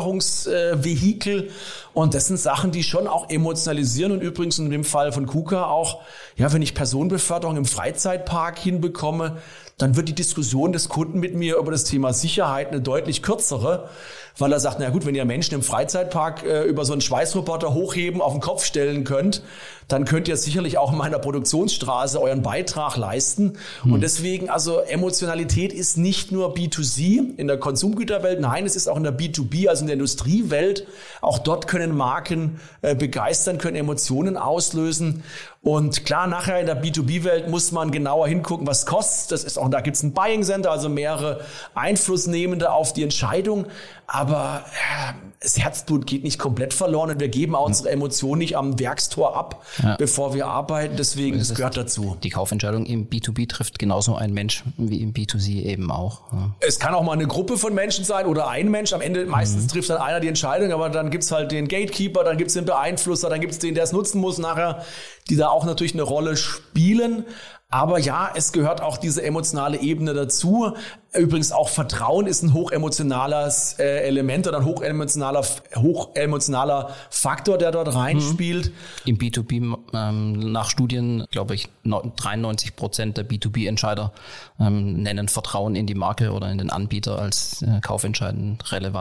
Beförderungsvehikel. Und das sind Sachen, die schon auch emotionalisieren. Und übrigens in dem Fall von KUKA auch, ja, wenn ich Personenbeförderung im Freizeitpark hinbekomme, dann wird die Diskussion des Kunden mit mir über das Thema Sicherheit eine deutlich kürzere, weil er sagt, na gut, wenn ihr Menschen im Freizeitpark äh, über so einen Schweißroboter hochheben, auf den Kopf stellen könnt, dann könnt ihr sicherlich auch in meiner Produktionsstraße euren Beitrag leisten. Hm. Und deswegen, also Emotionalität ist nicht nur B zwei C in der Konsumgüterwelt, nein, es ist auch in der B zwei B, also in der Industriewelt. Auch dort können Marken äh, begeistern, können Emotionen auslösen. Und klar, nachher in der B zwei B-Welt muss man genauer hingucken, was kostet. Das ist auch, da gibt es ein Buying Center, also mehrere Einflussnehmende auf die Entscheidung. Aber äh, das Herzblut geht nicht komplett verloren, und wir geben auch unsere Emotionen nicht am Werkstor ab, ja. bevor wir arbeiten. Deswegen, das gehört dazu. Die Kaufentscheidung im B zwei B trifft genauso ein Mensch wie im B zwei C eben auch. Ja. Es kann auch mal eine Gruppe von Menschen sein oder ein Mensch. Am Ende meistens mhm. trifft dann einer die Entscheidung, aber dann gibt's halt den Gatekeeper, dann gibt's den Beeinflusser, dann gibt's den, der es nutzen muss nachher, die da auch natürlich eine Rolle spielen. Aber ja, es gehört auch diese emotionale Ebene dazu. Übrigens auch Vertrauen ist ein hochemotionales äh, Element oder ein hochemotionaler, hochemotionaler Faktor, der dort reinspielt. Im B zwei B ähm, nach Studien, glaube ich, dreiundneunzig Prozent der B zwei B-Entscheider ähm, nennen Vertrauen in die Marke oder in den Anbieter als äh, kaufentscheidend relevant.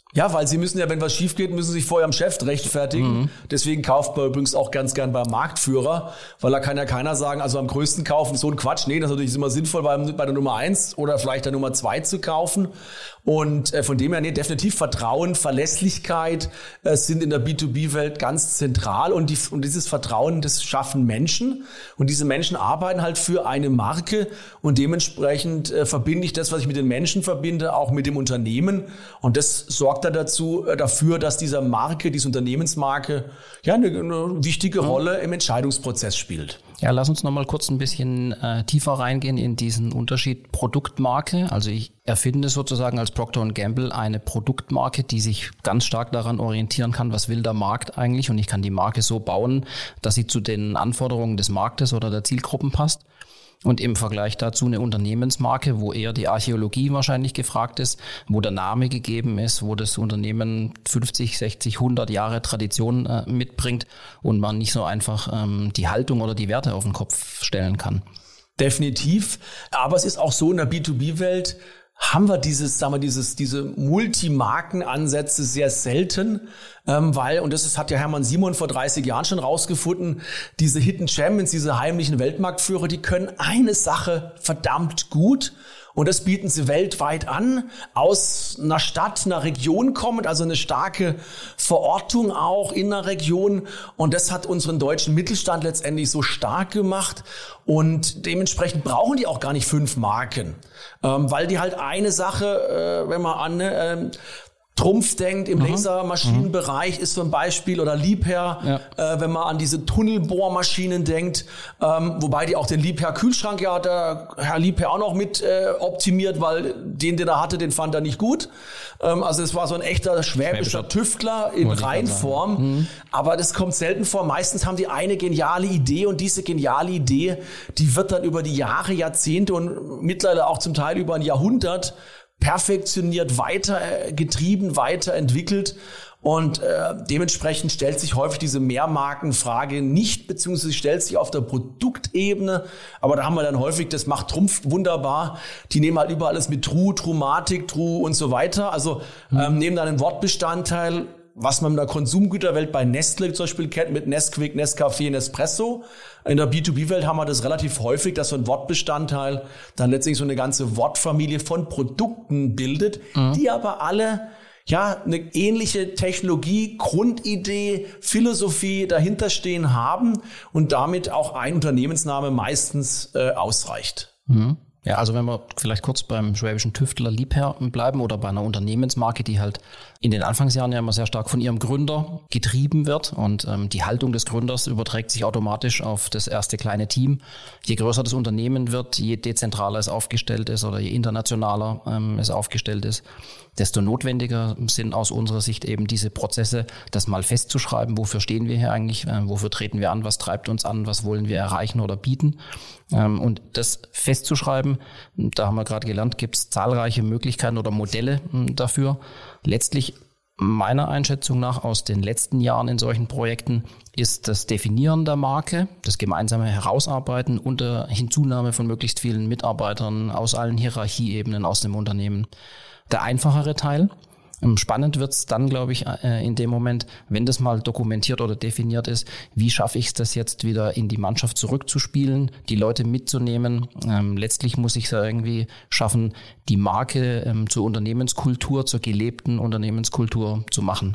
Ja, weil sie müssen ja, wenn was schief geht, müssen sie sich vorher am Chef rechtfertigen. Mhm. Deswegen kauft man übrigens auch ganz gern beim Marktführer, weil da kann ja keiner sagen, also am größten kaufen, so ein Quatsch. Nee, das ist natürlich immer sinnvoll, bei, bei der Nummer eins oder vielleicht der Nummer zwei zu kaufen. Und äh, von dem her, nee, definitiv Vertrauen, Verlässlichkeit äh, sind in der B zwei B-Welt ganz zentral. Und, die, und dieses Vertrauen, das schaffen Menschen. Und diese Menschen arbeiten halt für eine Marke. Und dementsprechend äh, verbinde ich das, was ich mit den Menschen verbinde, auch mit dem Unternehmen. Und das sorgt dann dazu, äh, dafür, dass dieser Marke, diese Unternehmensmarke, ja, eine, eine wichtige Rolle im Entscheidungsprozess spielt. Ja, lass uns noch mal kurz ein bisschen äh, tiefer reingehen in diesen Unterschied Produktmarke. Also ich erfinde sozusagen als Procter und Gamble eine Produktmarke, die sich ganz stark daran orientieren kann, was will der Markt eigentlich, und ich kann die Marke so bauen, dass sie zu den Anforderungen des Marktes oder der Zielgruppen passt. Und im Vergleich dazu eine Unternehmensmarke, wo eher die Archäologie wahrscheinlich gefragt ist, wo der Name gegeben ist, wo das Unternehmen fünfzig, sechzig, hundert Jahre Tradition äh, mitbringt und man nicht so einfach ähm, die Haltung oder die Werte auf den Kopf stellen kann. Definitiv. Aber es ist auch so in der B zwei B-Welt, haben wir dieses, sagen wir, dieses, diese Multimarkenansätze sehr selten, ähm, weil, und das ist, hat ja Hermann Simon vor dreißig Jahren schon rausgefunden, diese Hidden Champions, diese heimlichen Weltmarktführer, die können eine Sache verdammt gut. Und das bieten sie weltweit an, aus einer Stadt, einer Region kommend, also eine starke Verortung auch in einer Region. Und das hat unseren deutschen Mittelstand letztendlich so stark gemacht. Und dementsprechend brauchen die auch gar nicht fünf Marken, ähm, weil die halt eine Sache, äh, wenn man an äh, Trumpf denkt, im Lasermaschinenbereich ist so ein Beispiel, oder Liebherr, ja. äh, wenn man an diese Tunnelbohrmaschinen denkt, ähm, wobei die auch den Liebherr-Kühlschrank, ja, hat der Herr Liebherr auch noch mit äh, optimiert, weil den, den er hatte, den fand er nicht gut. Ähm, also es war so ein echter schwäbischer, schwäbischer Tüftler in Reinform, mhm. aber das kommt selten vor. Meistens haben die eine geniale Idee, und diese geniale Idee, die wird dann über die Jahre, Jahrzehnte und mittlerweile auch zum Teil über ein Jahrhundert perfektioniert, weiter getrieben, weiterentwickelt, und äh, dementsprechend stellt sich häufig diese Mehrmarkenfrage nicht, beziehungsweise stellt sich auf der Produktebene, aber da haben wir dann häufig, das macht Trumpf wunderbar, die nehmen halt über alles mit True, Trumatik, True und so weiter, also mhm. ähm, nehmen dann einen Wortbestandteil, was man in der Konsumgüterwelt bei Nestle zum Beispiel kennt, mit Nesquik, Nescafé, Nespresso. In der B zwei B-Welt haben wir das relativ häufig, dass so ein Wortbestandteil dann letztendlich so eine ganze Wortfamilie von Produkten bildet, mhm. die aber alle ja eine ähnliche Technologie, Grundidee, Philosophie dahinterstehen haben und damit auch ein Unternehmensname meistens äh, ausreicht. Mhm. Ja, also wenn wir vielleicht kurz beim schwäbischen Tüftler Liebherr bleiben oder bei einer Unternehmensmarke, die halt in den Anfangsjahren ja immer sehr stark von ihrem Gründer getrieben wird, und ähm, die Haltung des Gründers überträgt sich automatisch auf das erste kleine Team. Je größer das Unternehmen wird, je dezentraler es aufgestellt ist oder je internationaler ähm, es aufgestellt ist, desto notwendiger sind aus unserer Sicht eben diese Prozesse, das mal festzuschreiben, wofür stehen wir hier eigentlich, äh, wofür treten wir an, was treibt uns an, was wollen wir erreichen oder bieten. Ähm, und das festzuschreiben, da haben wir gerade gelernt, gibt es zahlreiche Möglichkeiten oder Modelle m, dafür. Letztlich meiner Einschätzung nach aus den letzten Jahren in solchen Projekten ist das Definieren der Marke, das gemeinsame Herausarbeiten unter Hinzunahme von möglichst vielen Mitarbeitern aus allen Hierarchieebenen aus dem Unternehmen der einfachere Teil. Spannend wird's dann, glaube ich, in dem Moment, wenn das mal dokumentiert oder definiert ist, wie schaffe ich es, das jetzt wieder in die Mannschaft zurückzuspielen, die Leute mitzunehmen. Ähm, letztlich muss ich es ja irgendwie schaffen, die Marke ähm, zur Unternehmenskultur, zur gelebten Unternehmenskultur zu machen.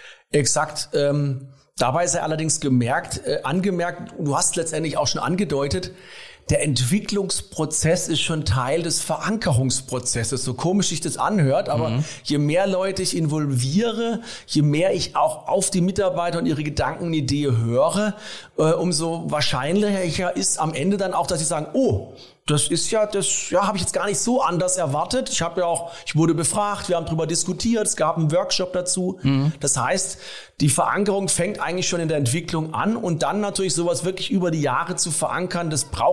Exakt. Ähm, dabei ist er allerdings gemerkt, äh, angemerkt, du hast letztendlich auch schon angedeutet, der Entwicklungsprozess ist schon Teil des Verankerungsprozesses. So komisch sich das anhört, aber mhm. je mehr Leute ich involviere, je mehr ich auch auf die Mitarbeiter und ihre Gedanken und Ideen höre, äh, umso wahrscheinlicher ist am Ende dann auch, dass sie sagen, oh, das ist ja, das ja, habe ich jetzt gar nicht so anders erwartet. Ich habe ja auch, ich wurde befragt, wir haben drüber diskutiert, es gab einen Workshop dazu. Mhm. Das heißt, die Verankerung fängt eigentlich schon in der Entwicklung an, und dann natürlich sowas wirklich über die Jahre zu verankern, das braucht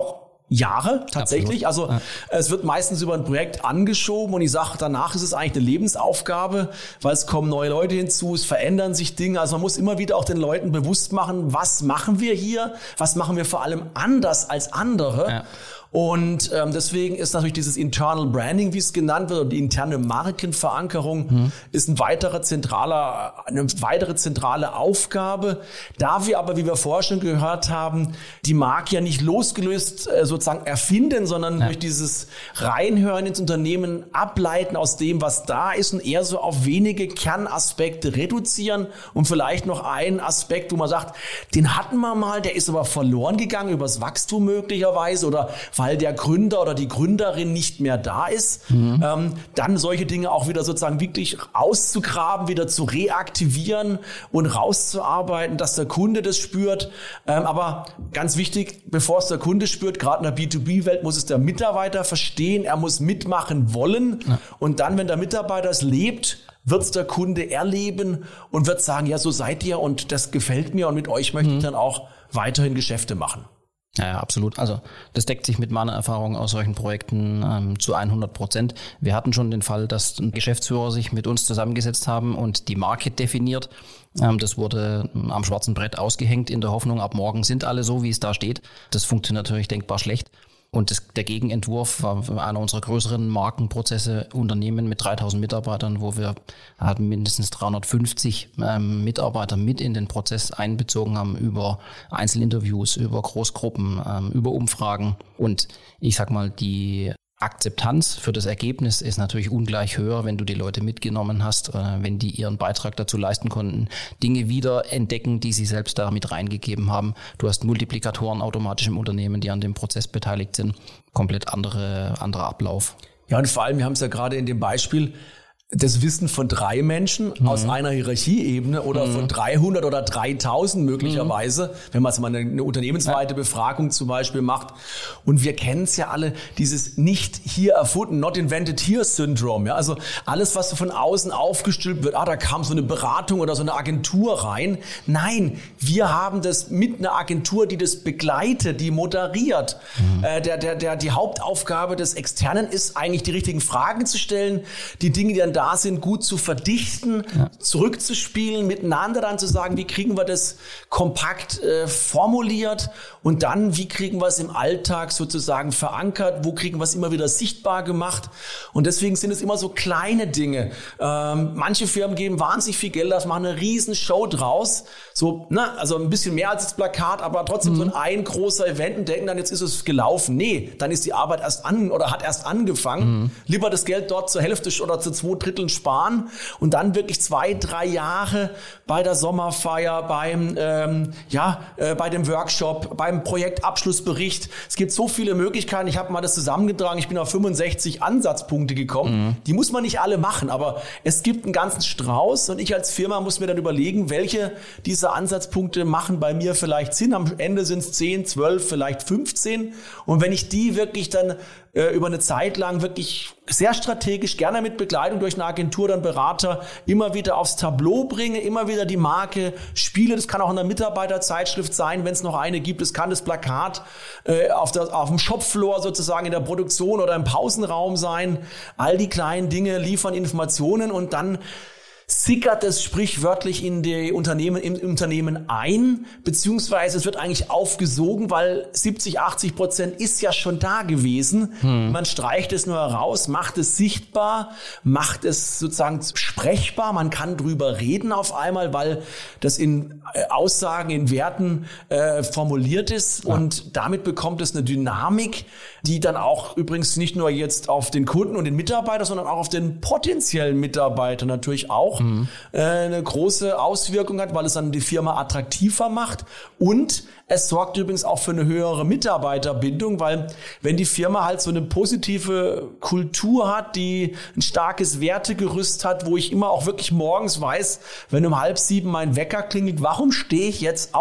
Jahre tatsächlich. Absolut. Also ja. es wird meistens über ein Projekt angeschoben und ich sage, danach ist es eigentlich eine Lebensaufgabe, weil es kommen neue Leute hinzu, es verändern sich Dinge. Also man muss immer wieder auch den Leuten bewusst machen, was machen wir hier, was machen wir vor allem anders als andere. Ja. Und ähm, deswegen ist natürlich dieses Internal Branding, wie es genannt wird, oder die interne Markenverankerung, mhm. ist ein weiterer zentraler, eine weitere zentrale Aufgabe. Da wir aber, wie wir vorher schon gehört haben, die Marke ja nicht losgelöst äh, sozusagen erfinden, sondern ja. durch dieses Reinhören ins Unternehmen ableiten aus dem, was da ist und eher so auf wenige Kernaspekte reduzieren und vielleicht noch einen Aspekt, wo man sagt, den hatten wir mal, der ist aber verloren gegangen übers Wachstum möglicherweise oder weil der Gründer oder die Gründerin nicht mehr da ist, mhm. ähm, dann solche Dinge auch wieder sozusagen wirklich auszugraben, wieder zu reaktivieren und rauszuarbeiten, dass der Kunde das spürt. Ähm, aber ganz wichtig, bevor es der Kunde spürt, gerade in der B zwei B-Welt, muss es der Mitarbeiter verstehen, er muss mitmachen wollen. Ja. Und dann, wenn der Mitarbeiter es lebt, wird es der Kunde erleben und wird sagen, ja, so seid ihr und das gefällt mir und mit euch möchte mhm. ich dann auch weiterhin Geschäfte machen. Ja, ja, absolut. Also das deckt sich mit meiner Erfahrung aus solchen Projekten ähm, zu hundert Prozent. Wir hatten schon den Fall, dass Geschäftsführer sich mit uns zusammengesetzt haben und die Marke definiert. Ähm, das wurde am schwarzen Brett ausgehängt in der Hoffnung, ab morgen sind alle so, wie es da steht. Das funktioniert natürlich denkbar schlecht. Und das, der Gegenentwurf war einer unserer größeren Markenprozesse, Unternehmen mit dreitausend Mitarbeitern, wo wir hatten mindestens dreihundertfünfzig ähm, Mitarbeiter mit in den Prozess einbezogen haben über Einzelinterviews, über Großgruppen, ähm, über Umfragen. Und ich sag mal, die Akzeptanz für das Ergebnis ist natürlich ungleich höher, wenn du die Leute mitgenommen hast, wenn die ihren Beitrag dazu leisten konnten, Dinge wieder entdecken, die sie selbst da mit reingegeben haben. Du hast Multiplikatoren automatisch im Unternehmen, die an dem Prozess beteiligt sind. Komplett andere, anderer Ablauf. Ja, und vor allem, wir haben es ja gerade in dem Beispiel, das Wissen von drei Menschen mhm. aus einer Hierarchieebene oder mhm. von dreihundert oder dreitausend möglicherweise, mhm. wenn man jetzt mal eine, eine unternehmensweite ja. Befragung zum Beispiel macht. Und wir kennen es ja alle, dieses nicht hier erfunden, not invented here Syndrom. Ja? Also alles, was so von außen aufgestülpt wird, ah, da kam so eine Beratung oder so eine Agentur rein. Nein, wir haben das mit einer Agentur, die das begleitet, die moderiert. Mhm. Äh, der, der, der, die Hauptaufgabe des Externen ist eigentlich, die richtigen Fragen zu stellen, die Dinge, die dann da sind, gut zu verdichten, ja. zurückzuspielen, miteinander dann zu sagen, wie kriegen wir das kompakt äh, formuliert und dann, wie kriegen wir es im Alltag sozusagen verankert, wo kriegen wir es immer wieder sichtbar gemacht und deswegen sind es immer so kleine Dinge. Ähm, manche Firmen geben wahnsinnig viel Geld, das machen eine riesen Show draus, so, na, also ein bisschen mehr als das Plakat, aber trotzdem mhm. so ein, ein großer Event und denken dann, jetzt ist es gelaufen. Nee, dann ist die Arbeit erst an oder hat erst angefangen. Mhm. Lieber das Geld dort zur Hälfte oder zu zwei Dritteln sparen und dann wirklich zwei, drei Jahre bei der Sommerfeier, beim ähm, ja, äh, bei dem Workshop, beim Projektabschlussbericht. Es gibt so viele Möglichkeiten. Ich habe mal das zusammengetragen. Ich bin auf fünfundsechzig Ansatzpunkte gekommen. Mhm. Die muss man nicht alle machen, aber es gibt einen ganzen Strauß und ich als Firma muss mir dann überlegen, welche dieser Ansatzpunkte machen bei mir vielleicht Sinn. Am Ende sind es zehn, zwölf, vielleicht fünfzehn und wenn ich die wirklich dann äh, über eine Zeit lang wirklich sehr strategisch, gerne mit Begleitung durch eine Agentur, dann Berater, immer wieder aufs Tableau bringe, immer wieder die Marke spiele. Das kann auch in der Mitarbeiterzeitschrift sein, wenn es noch eine gibt. Es kann das Plakat äh, auf, der, auf dem Shopfloor sozusagen in der Produktion oder im Pausenraum sein. All die kleinen Dinge liefern Informationen und dann sickert es sprichwörtlich in die Unternehmen, im Unternehmen ein, beziehungsweise es wird eigentlich aufgesogen, weil siebzig, achtzig Prozent ist ja schon da gewesen. Hm. Man streicht es nur heraus, macht es sichtbar, macht es sozusagen sprechbar. Man kann drüber reden auf einmal, weil das in Aussagen, in Werten äh, formuliert ist ja. und damit bekommt es eine Dynamik, die dann auch übrigens nicht nur jetzt auf den Kunden und den Mitarbeiter, sondern auch auf den potenziellen Mitarbeiter natürlich auch Mhm. eine große Auswirkung hat, weil es dann die Firma attraktiver macht und es sorgt übrigens auch für eine höhere Mitarbeiterbindung, weil wenn die Firma halt so eine positive Kultur hat, die ein starkes Wertegerüst hat, wo ich immer auch wirklich morgens weiß, wenn um halb sieben mein Wecker klingelt, warum stehe ich jetzt auf?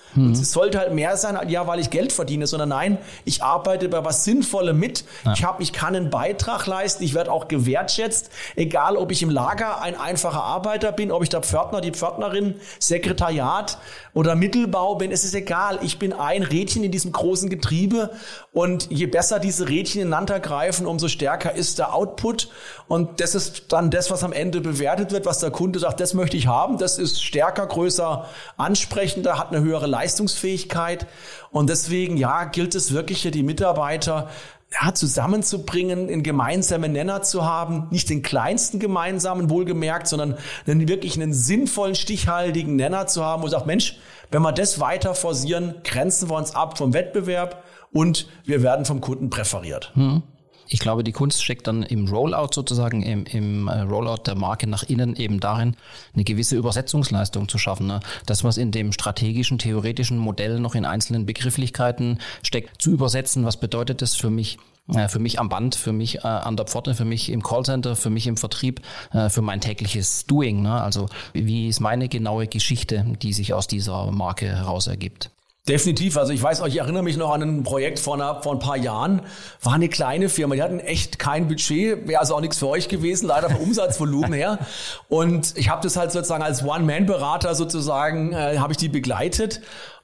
Mhm. Und es sollte halt mehr sein, ja, weil ich Geld verdiene, sondern nein, ich arbeite bei was Sinnvollem mit. Ja. Ich habe, ich kann einen Beitrag leisten, ich werde auch gewertschätzt, egal ob ich im Lager ein einfacher Arbeiter bin, ob ich der Pförtner, die Pförtnerin, Sekretariat oder Mittelbau bin, es ist egal. Ich bin ein Rädchen in diesem großen Getriebe und je besser diese Rädchen ineinander greifen, umso stärker ist der Output und das ist dann das, was am Ende bewertet wird, was der Kunde sagt, das möchte ich haben, das ist stärker, größer, ansprechender, hat eine höhere Leistungsfähigkeit und deswegen, ja, gilt es wirklich hier die Mitarbeiter ja, zusammenzubringen, einen gemeinsamen Nenner zu haben, nicht den kleinsten gemeinsamen, wohlgemerkt, sondern einen wirklich einen sinnvollen, stichhaltigen Nenner zu haben, wo sagt, Mensch, wenn wir das weiter forcieren, grenzen wir uns ab vom Wettbewerb und wir werden vom Kunden präferiert. Hm. Ich glaube, die Kunst steckt dann im Rollout sozusagen, im, im Rollout der Marke nach innen eben darin, eine gewisse Übersetzungsleistung zu schaffen. Ne? Das, was in dem strategischen, theoretischen Modell noch in einzelnen Begrifflichkeiten steckt, zu übersetzen. Was bedeutet das für mich? Für mich am Band, für mich äh, an der Pforte, für mich im Callcenter, für mich im Vertrieb, äh, für mein tägliches Doing. Ne? Also wie ist meine genaue Geschichte, die sich aus dieser Marke heraus ergibt? Definitiv. Also ich weiß, ich erinnere mich noch an ein Projekt vor, einer, vor ein paar Jahren. War eine kleine Firma. Die hatten echt kein Budget. Wäre also auch nichts für euch gewesen, leider vom Umsatzvolumen her. Und ich habe das halt sozusagen als One-Man-Berater sozusagen, äh, habe ich die begleitet.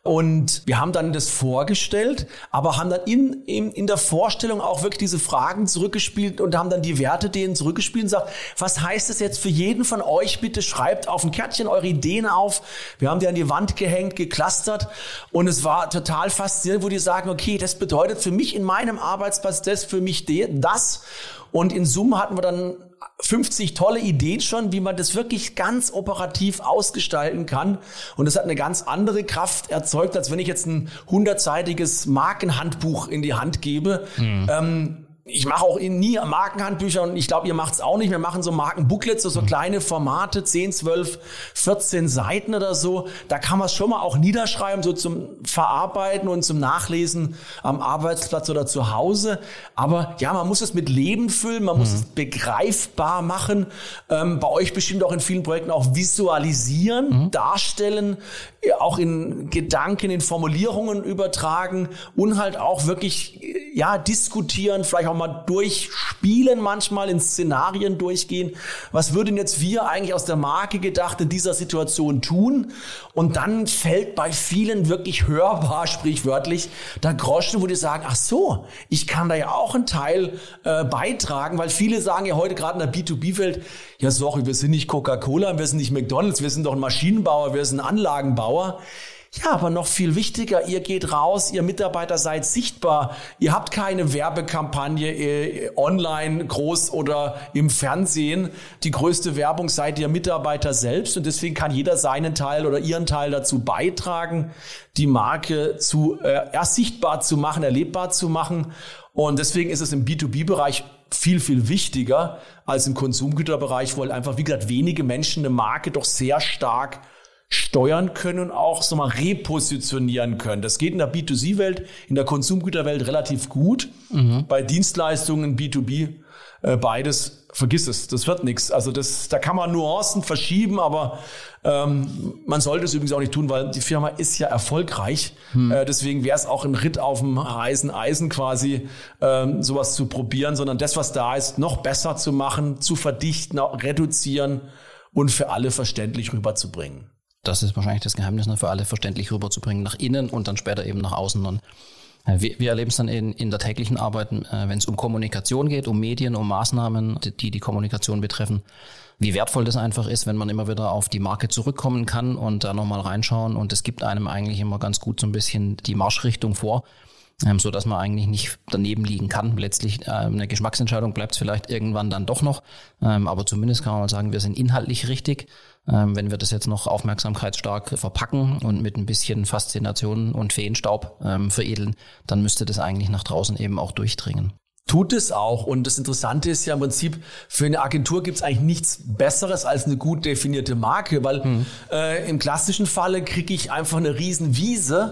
Und wir haben dann das vorgestellt, aber haben dann in, in, in der Vorstellung auch wirklich diese Fragen zurückgespielt und haben dann die Werte denen zurückgespielt und gesagt, was heißt das jetzt für jeden von euch? Bitte schreibt auf ein Kärtchen eure Ideen auf. Wir haben die an die Wand gehängt, geclustert und es war total faszinierend, wo die sagen, okay, das bedeutet für mich in meinem Arbeitsplatz das, für mich das. Und in Summe hatten wir dann fünfzig tolle Ideen schon, wie man das wirklich ganz operativ ausgestalten kann. Und das hat eine ganz andere Kraft erzeugt, als wenn ich jetzt ein hundertseitiges Markenhandbuch in die Hand gebe. Mhm. Ähm, ich mache auch nie Markenhandbücher und ich glaube, ihr macht es auch nicht. Wir machen so Markenbooklets, so, so kleine Formate, zehn, zwölf, vierzehn Seiten oder so. Da kann man es schon mal auch niederschreiben, so zum Verarbeiten und zum Nachlesen am Arbeitsplatz oder zu Hause. Aber ja, man muss es mit Leben füllen, man muss mhm. es begreifbar machen. Ähm, bei euch bestimmt auch in vielen Projekten auch visualisieren, mhm. darstellen, auch in Gedanken, in Formulierungen übertragen und halt auch wirklich ja diskutieren, vielleicht auch mal durchspielen, manchmal in Szenarien durchgehen. Was würden jetzt wir eigentlich aus der Marke gedacht in dieser Situation tun? Und dann fällt bei vielen wirklich hörbar, sprichwörtlich, der Groschen, wo die sagen, ach so, ich kann da ja auch einen Teil äh, beitragen, weil viele sagen ja heute gerade in der B zwei B-Welt, ja sorry, wir sind nicht Coca-Cola, wir sind nicht McDonald's, wir sind doch ein Maschinenbauer, wir sind ein Anlagenbauer. Ja, aber noch viel wichtiger, ihr geht raus, ihr Mitarbeiter seid sichtbar, ihr habt keine Werbekampagne äh, online, groß oder im Fernsehen. Die größte Werbung seid ihr Mitarbeiter selbst und deswegen kann jeder seinen Teil oder ihren Teil dazu beitragen, die Marke zu äh, erst sichtbar zu machen, erlebbar zu machen. Und deswegen ist es im B zwei B-Bereich viel, viel wichtiger als im Konsumgüterbereich, wo einfach, wie gesagt, wenige Menschen eine Marke doch sehr stark steuern können und auch so mal repositionieren können. Das geht in der B zwei C-Welt, in der Konsumgüterwelt relativ gut. Mhm. Bei Dienstleistungen B zwei B äh, beides, vergiss es, das wird nichts. Also das, da kann man Nuancen verschieben, aber ähm, man sollte es übrigens auch nicht tun, weil die Firma ist ja erfolgreich. Mhm. Äh, deswegen wäre es auch ein Ritt auf dem heißen Eisen quasi, ähm, sowas zu probieren, sondern das, was da ist, noch besser zu machen, zu verdichten, reduzieren und für alle verständlich rüberzubringen. Das ist wahrscheinlich das Geheimnis, ne, für alle verständlich rüberzubringen, nach innen und dann später eben nach außen. Und wir, wir erleben es dann in, in der täglichen Arbeit, äh, wenn es um Kommunikation geht, um Medien, um Maßnahmen, die die Kommunikation betreffen, wie wertvoll das einfach ist, wenn man immer wieder auf die Marke zurückkommen kann und da nochmal reinschauen. Und es gibt einem eigentlich immer ganz gut so ein bisschen die Marschrichtung vor, ähm, so dass man eigentlich nicht daneben liegen kann. Letztlich äh, eine Geschmacksentscheidung bleibt es vielleicht irgendwann dann doch noch, ähm, aber zumindest kann man mal sagen, wir sind inhaltlich richtig. Ähm, wenn wir das jetzt noch aufmerksamkeitsstark verpacken und mit ein bisschen Faszination und Feenstaub ähm, veredeln, dann müsste das eigentlich nach draußen eben auch durchdringen. Tut es auch. Und das Interessante ist ja im Prinzip, für eine Agentur gibt es eigentlich nichts Besseres als eine gut definierte Marke, weil hm. äh, im klassischen Falle kriege ich einfach eine riesen Wiese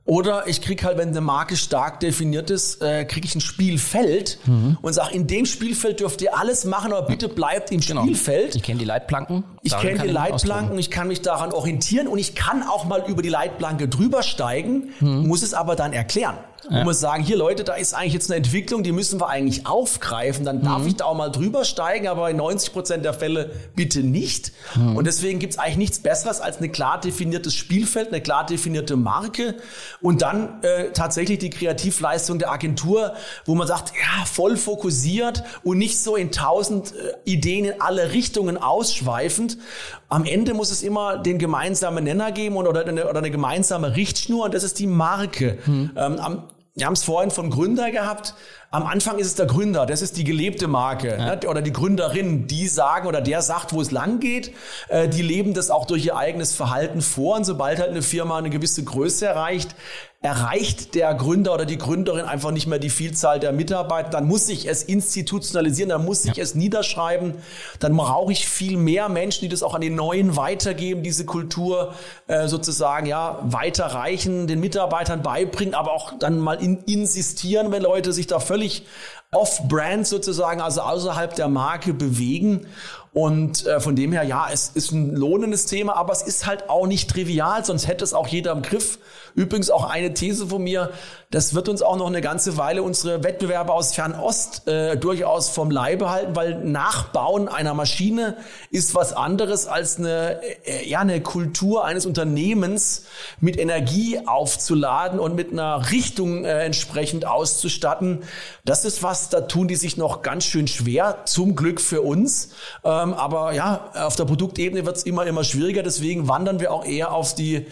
Oder ich krieg halt, wenn eine Marke stark definiert ist, äh, kriege ich ein Spielfeld mhm. und sage, in dem Spielfeld dürft ihr alles machen, aber bitte bleibt im genau. Spielfeld. Ich kenne die Leitplanken. Ich kenne die Leitplanken, ich kann mich daran orientieren und ich kann auch mal über die Leitplanke drüber steigen, mhm. muss es aber dann erklären. Ja. Und muss sagen, hier Leute, da ist eigentlich jetzt eine Entwicklung, die müssen wir eigentlich aufgreifen. Dann darf mhm. ich da auch mal drüber steigen, aber in neunzig Prozent der Fälle bitte nicht. Mhm. Und deswegen gibt es eigentlich nichts Besseres als ein klar definiertes Spielfeld, eine klar definierte Marke und dann äh, tatsächlich die Kreativleistung der Agentur, wo man sagt, ja, voll fokussiert und nicht so in tausend äh, Ideen in alle Richtungen ausschweifend. Am Ende muss es immer den gemeinsamen Nenner geben oder, oder, eine, oder eine gemeinsame Richtschnur und das ist die Marke. Mhm. Ähm, am, wir haben es vorhin vom Gründer gehabt. Am Anfang ist es der Gründer, das ist die gelebte Marke. Ja. Ne? Oder die Gründerin, die sagen oder der sagt, wo es lang geht. Äh, die leben das auch durch ihr eigenes Verhalten vor. Und sobald halt eine Firma eine gewisse Größe erreicht, erreicht der Gründer oder die Gründerin einfach nicht mehr die Vielzahl der Mitarbeiter. Dann muss ich es institutionalisieren, dann muss ich ja. es niederschreiben. Dann brauche ich viel mehr Menschen, die das auch an die Neuen weitergeben, diese Kultur äh, sozusagen ja weiterreichen, den Mitarbeitern beibringen, aber auch dann mal in, insistieren, wenn Leute sich da völlig off-brand sozusagen, also außerhalb der Marke bewegen. Und äh, von dem her, ja, es ist ein lohnendes Thema, aber es ist halt auch nicht trivial, sonst hätte es auch jeder im Griff. Übrigens auch eine These von mir, das wird uns auch noch eine ganze Weile unsere Wettbewerber aus Fernost äh, durchaus vom Leibe halten, weil Nachbauen einer Maschine ist was anderes als eine, äh, ja, eine Kultur eines Unternehmens mit Energie aufzuladen und mit einer Richtung äh, entsprechend auszustatten. Das ist was, da tun die sich noch ganz schön schwer, zum Glück für uns. Ähm, aber ja, auf der Produktebene wird es immer, immer schwieriger. Deswegen wandern wir auch eher auf die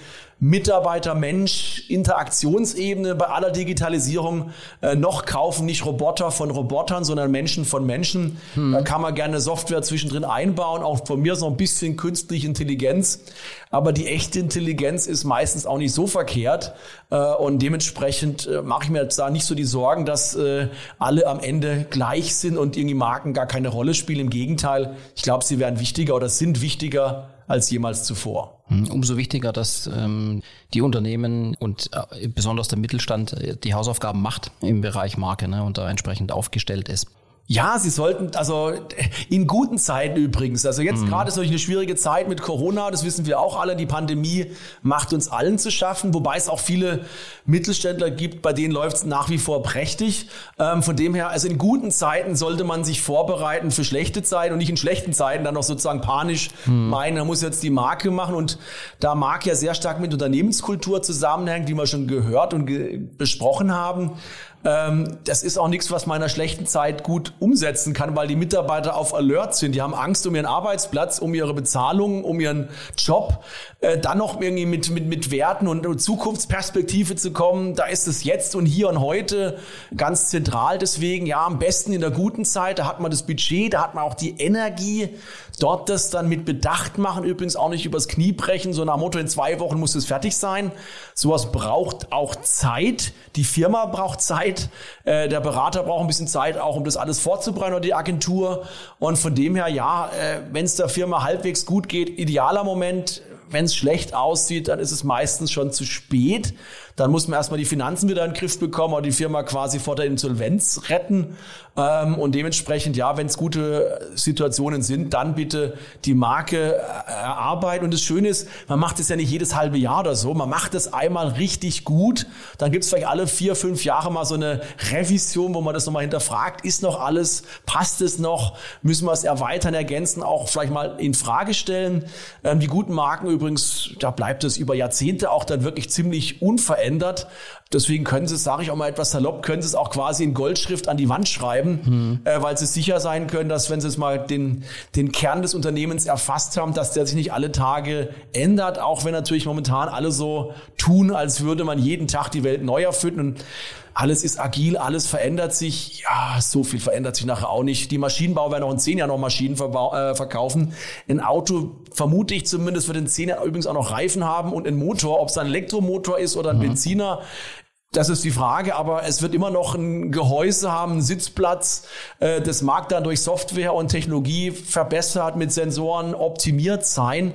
Mitarbeiter-Mensch-Interaktionsebene bei aller Digitalisierung. Äh, noch kaufen nicht Roboter von Robotern, sondern Menschen von Menschen. Hm. Da kann man gerne Software zwischendrin einbauen, auch von mir so ein bisschen künstliche Intelligenz. Aber die echte Intelligenz ist meistens auch nicht so verkehrt. Äh, und dementsprechend äh, mache ich mir jetzt da nicht so die Sorgen, dass äh, alle am Ende gleich sind und irgendwie Marken gar keine Rolle spielen. Im Gegenteil, ich glaube, sie werden wichtiger oder sind wichtiger als jemals zuvor. Umso wichtiger, dass ähm, die Unternehmen und äh, besonders der Mittelstand äh, die Hausaufgaben macht im Bereich Marke, ne, und da entsprechend aufgestellt ist. Ja, sie sollten, also in guten Zeiten übrigens, also jetzt mhm. gerade ist natürlich eine schwierige Zeit mit Corona, das wissen wir auch alle, die Pandemie macht uns allen zu schaffen, wobei es auch viele Mittelständler gibt, bei denen läuft es nach wie vor prächtig. Ähm, von dem her, also in guten Zeiten sollte man sich vorbereiten für schlechte Zeiten und nicht in schlechten Zeiten dann noch sozusagen panisch mhm. meinen, man muss jetzt die Marke machen und da Marke ja sehr stark mit Unternehmenskultur zusammenhängt, wie wir schon gehört und ge- besprochen haben. Das ist auch nichts, was man in einer schlechten Zeit gut umsetzen kann, weil die Mitarbeiter auf Alert sind. Die haben Angst um ihren Arbeitsplatz, um ihre Bezahlung, um ihren Job. Dann noch irgendwie mit, mit, mit Werten und Zukunftsperspektive zu kommen. Da ist es jetzt und hier und heute ganz zentral. Deswegen, ja, am besten in der guten Zeit, da hat man das Budget, da hat man auch die Energie. Dort das dann mit Bedacht machen, übrigens auch nicht übers Knie brechen, so nach Motto, in zwei Wochen muss es fertig sein. Sowas braucht auch Zeit. Die Firma braucht Zeit. Äh, der Berater braucht ein bisschen Zeit, auch um das alles vorzubereiten oder die Agentur. Und von dem her, ja, äh, wenn es der Firma halbwegs gut geht, idealer Moment. Wenn es schlecht aussieht, dann ist es meistens schon zu spät. Dann muss man erstmal die Finanzen wieder in den Griff bekommen oder die Firma quasi vor der Insolvenz retten. Und dementsprechend, ja, wenn es gute Situationen sind, dann bitte die Marke erarbeiten. Und das Schöne ist, man macht es ja nicht jedes halbe Jahr oder so. Man macht es einmal richtig gut. Dann gibt es vielleicht alle vier, fünf Jahre mal so eine Revision, wo man das nochmal hinterfragt. Ist noch alles? Passt es noch? Müssen wir es erweitern, ergänzen, auch vielleicht mal in Frage stellen? Die guten Marken übrigens, da bleibt es über Jahrzehnte auch dann wirklich ziemlich unverändert. Deswegen können Sie es, sage ich auch mal etwas salopp, können Sie es auch quasi in Goldschrift an die Wand schreiben, mhm. äh, weil Sie sicher sein können, dass wenn Sie es mal den, den Kern des Unternehmens erfasst haben, dass der sich nicht alle Tage ändert, auch wenn natürlich momentan alle so tun, als würde man jeden Tag die Welt neu erfinden. Und alles ist agil, alles verändert sich. Ja, so viel verändert sich nachher auch nicht. Die Maschinenbauer werden auch in zehn Jahren noch Maschinen verbau- äh, verkaufen. Ein Auto, vermute ich zumindest, wird in zehn Jahren übrigens auch noch Reifen haben und ein Motor, ob es ein Elektromotor ist oder ein mhm. Benziner. Das ist die Frage, aber es wird immer noch ein Gehäuse haben, einen Sitzplatz. Das mag dann durch Software und Technologie verbessert, mit Sensoren optimiert sein.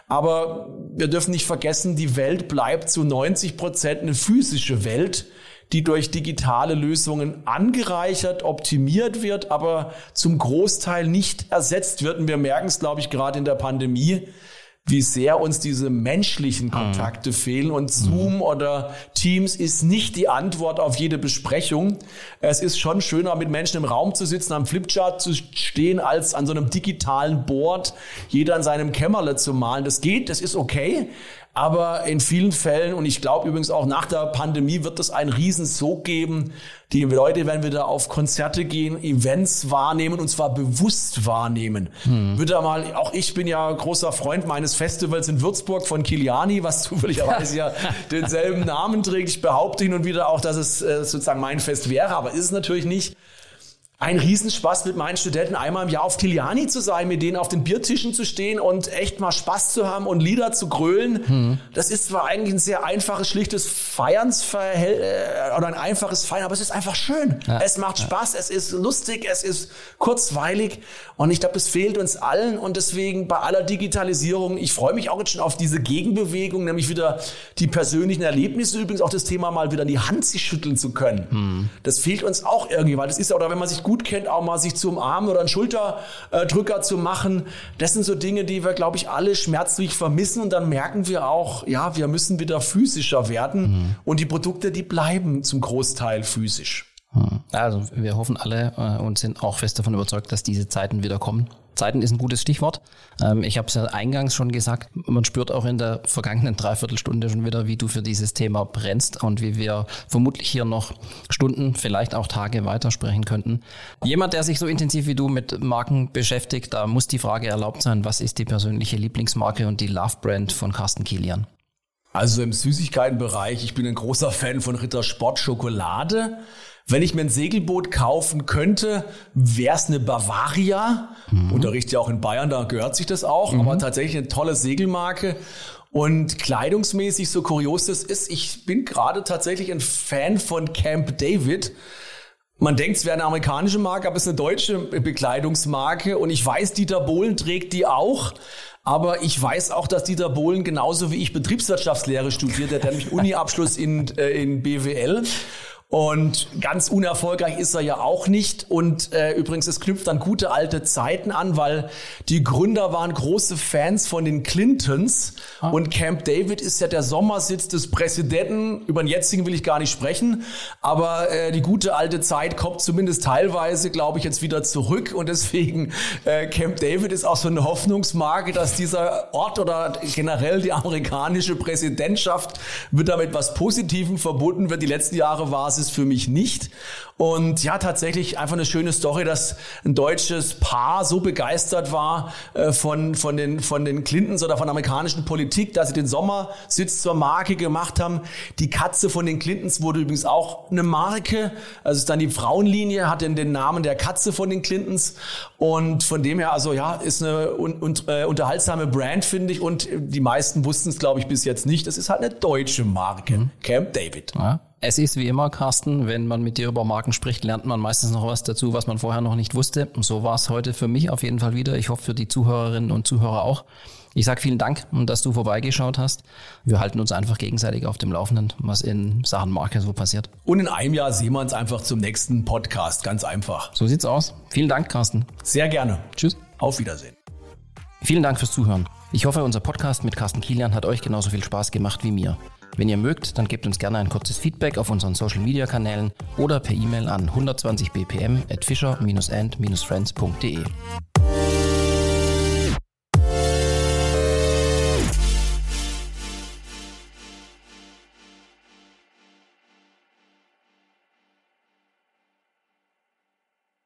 Aber wir dürfen nicht vergessen, die Welt bleibt zu neunzig Prozent eine physische Welt, die durch digitale Lösungen angereichert, optimiert wird, aber zum Großteil nicht ersetzt wird. Und wir merken es, glaube ich, gerade in der Pandemie, wie sehr uns diese menschlichen Kontakte mhm. fehlen. Und Zoom mhm. oder Teams ist nicht die Antwort auf jede Besprechung. Es ist schon schöner, mit Menschen im Raum zu sitzen, am Flipchart zu stehen, als an so einem digitalen Board jeder in seinem Kämmerle zu malen. Das geht, das ist okay. Aber in vielen Fällen, und ich glaube übrigens auch nach der Pandemie, wird es einen Riesensog geben. Die Leute werden wieder auf Konzerte gehen, Events wahrnehmen, und zwar bewusst wahrnehmen. Hm. Würde mal, auch ich bin ja großer Freund meines Festivals in Würzburg von Kiliani, was zufälligerweise ja denselben Namen trägt. Ich behaupte hin und wieder auch, dass es äh, sozusagen mein Fest wäre, aber ist es natürlich nicht. Ein Riesenspaß mit meinen Studenten, einmal im Jahr auf Kiliani zu sein, mit denen auf den Biertischen zu stehen und echt mal Spaß zu haben und Lieder zu grölen. Mhm. Das ist zwar eigentlich ein sehr einfaches, schlichtes Feiernsverhält- oder ein einfaches Feiern, aber es ist einfach schön. Ja. Es macht Spaß, ja. Es ist lustig, es ist kurzweilig, und ich glaube, das fehlt uns allen, und deswegen bei aller Digitalisierung, ich freue mich auch jetzt schon auf diese Gegenbewegung, nämlich wieder die persönlichen Erlebnisse, übrigens auch das Thema mal wieder in die Hand sich schütteln zu können. Mhm. Das fehlt uns auch irgendwie, weil das ist ja, oder wenn man sich gut kennt, auch mal sich zu umarmen oder einen Schulterdrücker zu machen. Das sind so Dinge, die wir, glaube ich, alle schmerzlich vermissen, und dann merken wir auch, ja, wir müssen wieder physischer werden, mhm. und die Produkte, die bleiben zum Großteil physisch. Also wir hoffen alle äh, und sind auch fest davon überzeugt, dass diese Zeiten wieder kommen. Zeiten ist ein gutes Stichwort. Ähm, ich habe es ja eingangs schon gesagt, man spürt auch in der vergangenen Dreiviertelstunde schon wieder, wie du für dieses Thema brennst und wie wir vermutlich hier noch Stunden, vielleicht auch Tage weitersprechen könnten. Jemand, der sich so intensiv wie du mit Marken beschäftigt, da muss die Frage erlaubt sein, was ist die persönliche Lieblingsmarke und die Love-Brand von Carsten Kilian? Also im Süßigkeitenbereich, ich bin ein großer Fan von Ritter Sport Schokolade. Wenn ich mir ein Segelboot kaufen könnte, wäre es eine Bavaria. Mhm. Unterrichte ja auch in Bayern, da gehört sich das auch. Mhm. Aber tatsächlich eine tolle Segelmarke. Und kleidungsmäßig, so kurios das ist, ich bin gerade tatsächlich ein Fan von Camp David. Man denkt, es wäre eine amerikanische Marke, aber es ist eine deutsche Bekleidungsmarke. Und ich weiß, Dieter Bohlen trägt die auch. Aber ich weiß auch, dass Dieter Bohlen genauso wie ich Betriebswirtschaftslehre studiert hat. Der hat nämlich einen Uni-Abschluss in, äh, in B W L. Und ganz unerfolgreich ist er ja auch nicht. Und äh, übrigens, es knüpft an gute alte Zeiten an, weil die Gründer waren große Fans von den Clintons. Ah. Und Camp David ist ja der Sommersitz des Präsidenten. Über den jetzigen will ich gar nicht sprechen. Aber äh, die gute alte Zeit kommt zumindest teilweise, glaube ich, jetzt wieder zurück. Und deswegen, äh, Camp David ist auch so eine Hoffnungsmarke, dass dieser Ort oder generell die amerikanische Präsidentschaft wird damit was Positivem verbunden wird. Die letzten Jahre war es ist für mich nicht. Und ja, tatsächlich einfach eine schöne Story, dass ein deutsches Paar so begeistert war äh, von, von den, von den Clintons oder von der amerikanischen Politik, dass sie den Sommersitz zur Marke gemacht haben. Die Katze von den Clintons wurde übrigens auch eine Marke. Also ist dann die Frauenlinie, hat den, den Namen der Katze von den Clintons. Und von dem her, also ja, ist eine un, un, äh, unterhaltsame Brand, finde ich. Und die meisten wussten es, glaube ich, bis jetzt nicht. Es ist halt eine deutsche Marke. Mhm. Camp David. Ja. Es ist wie immer, Carsten, wenn man mit dir über Marken spricht, lernt man meistens noch was dazu, was man vorher noch nicht wusste. So war es heute für mich auf jeden Fall wieder. Ich hoffe für die Zuhörerinnen und Zuhörer auch. Ich sage vielen Dank, dass du vorbeigeschaut hast. Wir halten uns einfach gegenseitig auf dem Laufenden, was in Sachen Marke so passiert. Und in einem Jahr sehen wir uns einfach zum nächsten Podcast. Ganz einfach. So sieht's aus. Vielen Dank, Carsten. Sehr gerne. Tschüss. Auf Wiedersehen. Vielen Dank fürs Zuhören. Ich hoffe, unser Podcast mit Carsten Kilian hat euch genauso viel Spaß gemacht wie mir. Wenn ihr mögt, dann gebt uns gerne ein kurzes Feedback auf unseren Social-Media-Kanälen oder per E-Mail an hundertzwanzig b p m at fischer and friends punkt d e.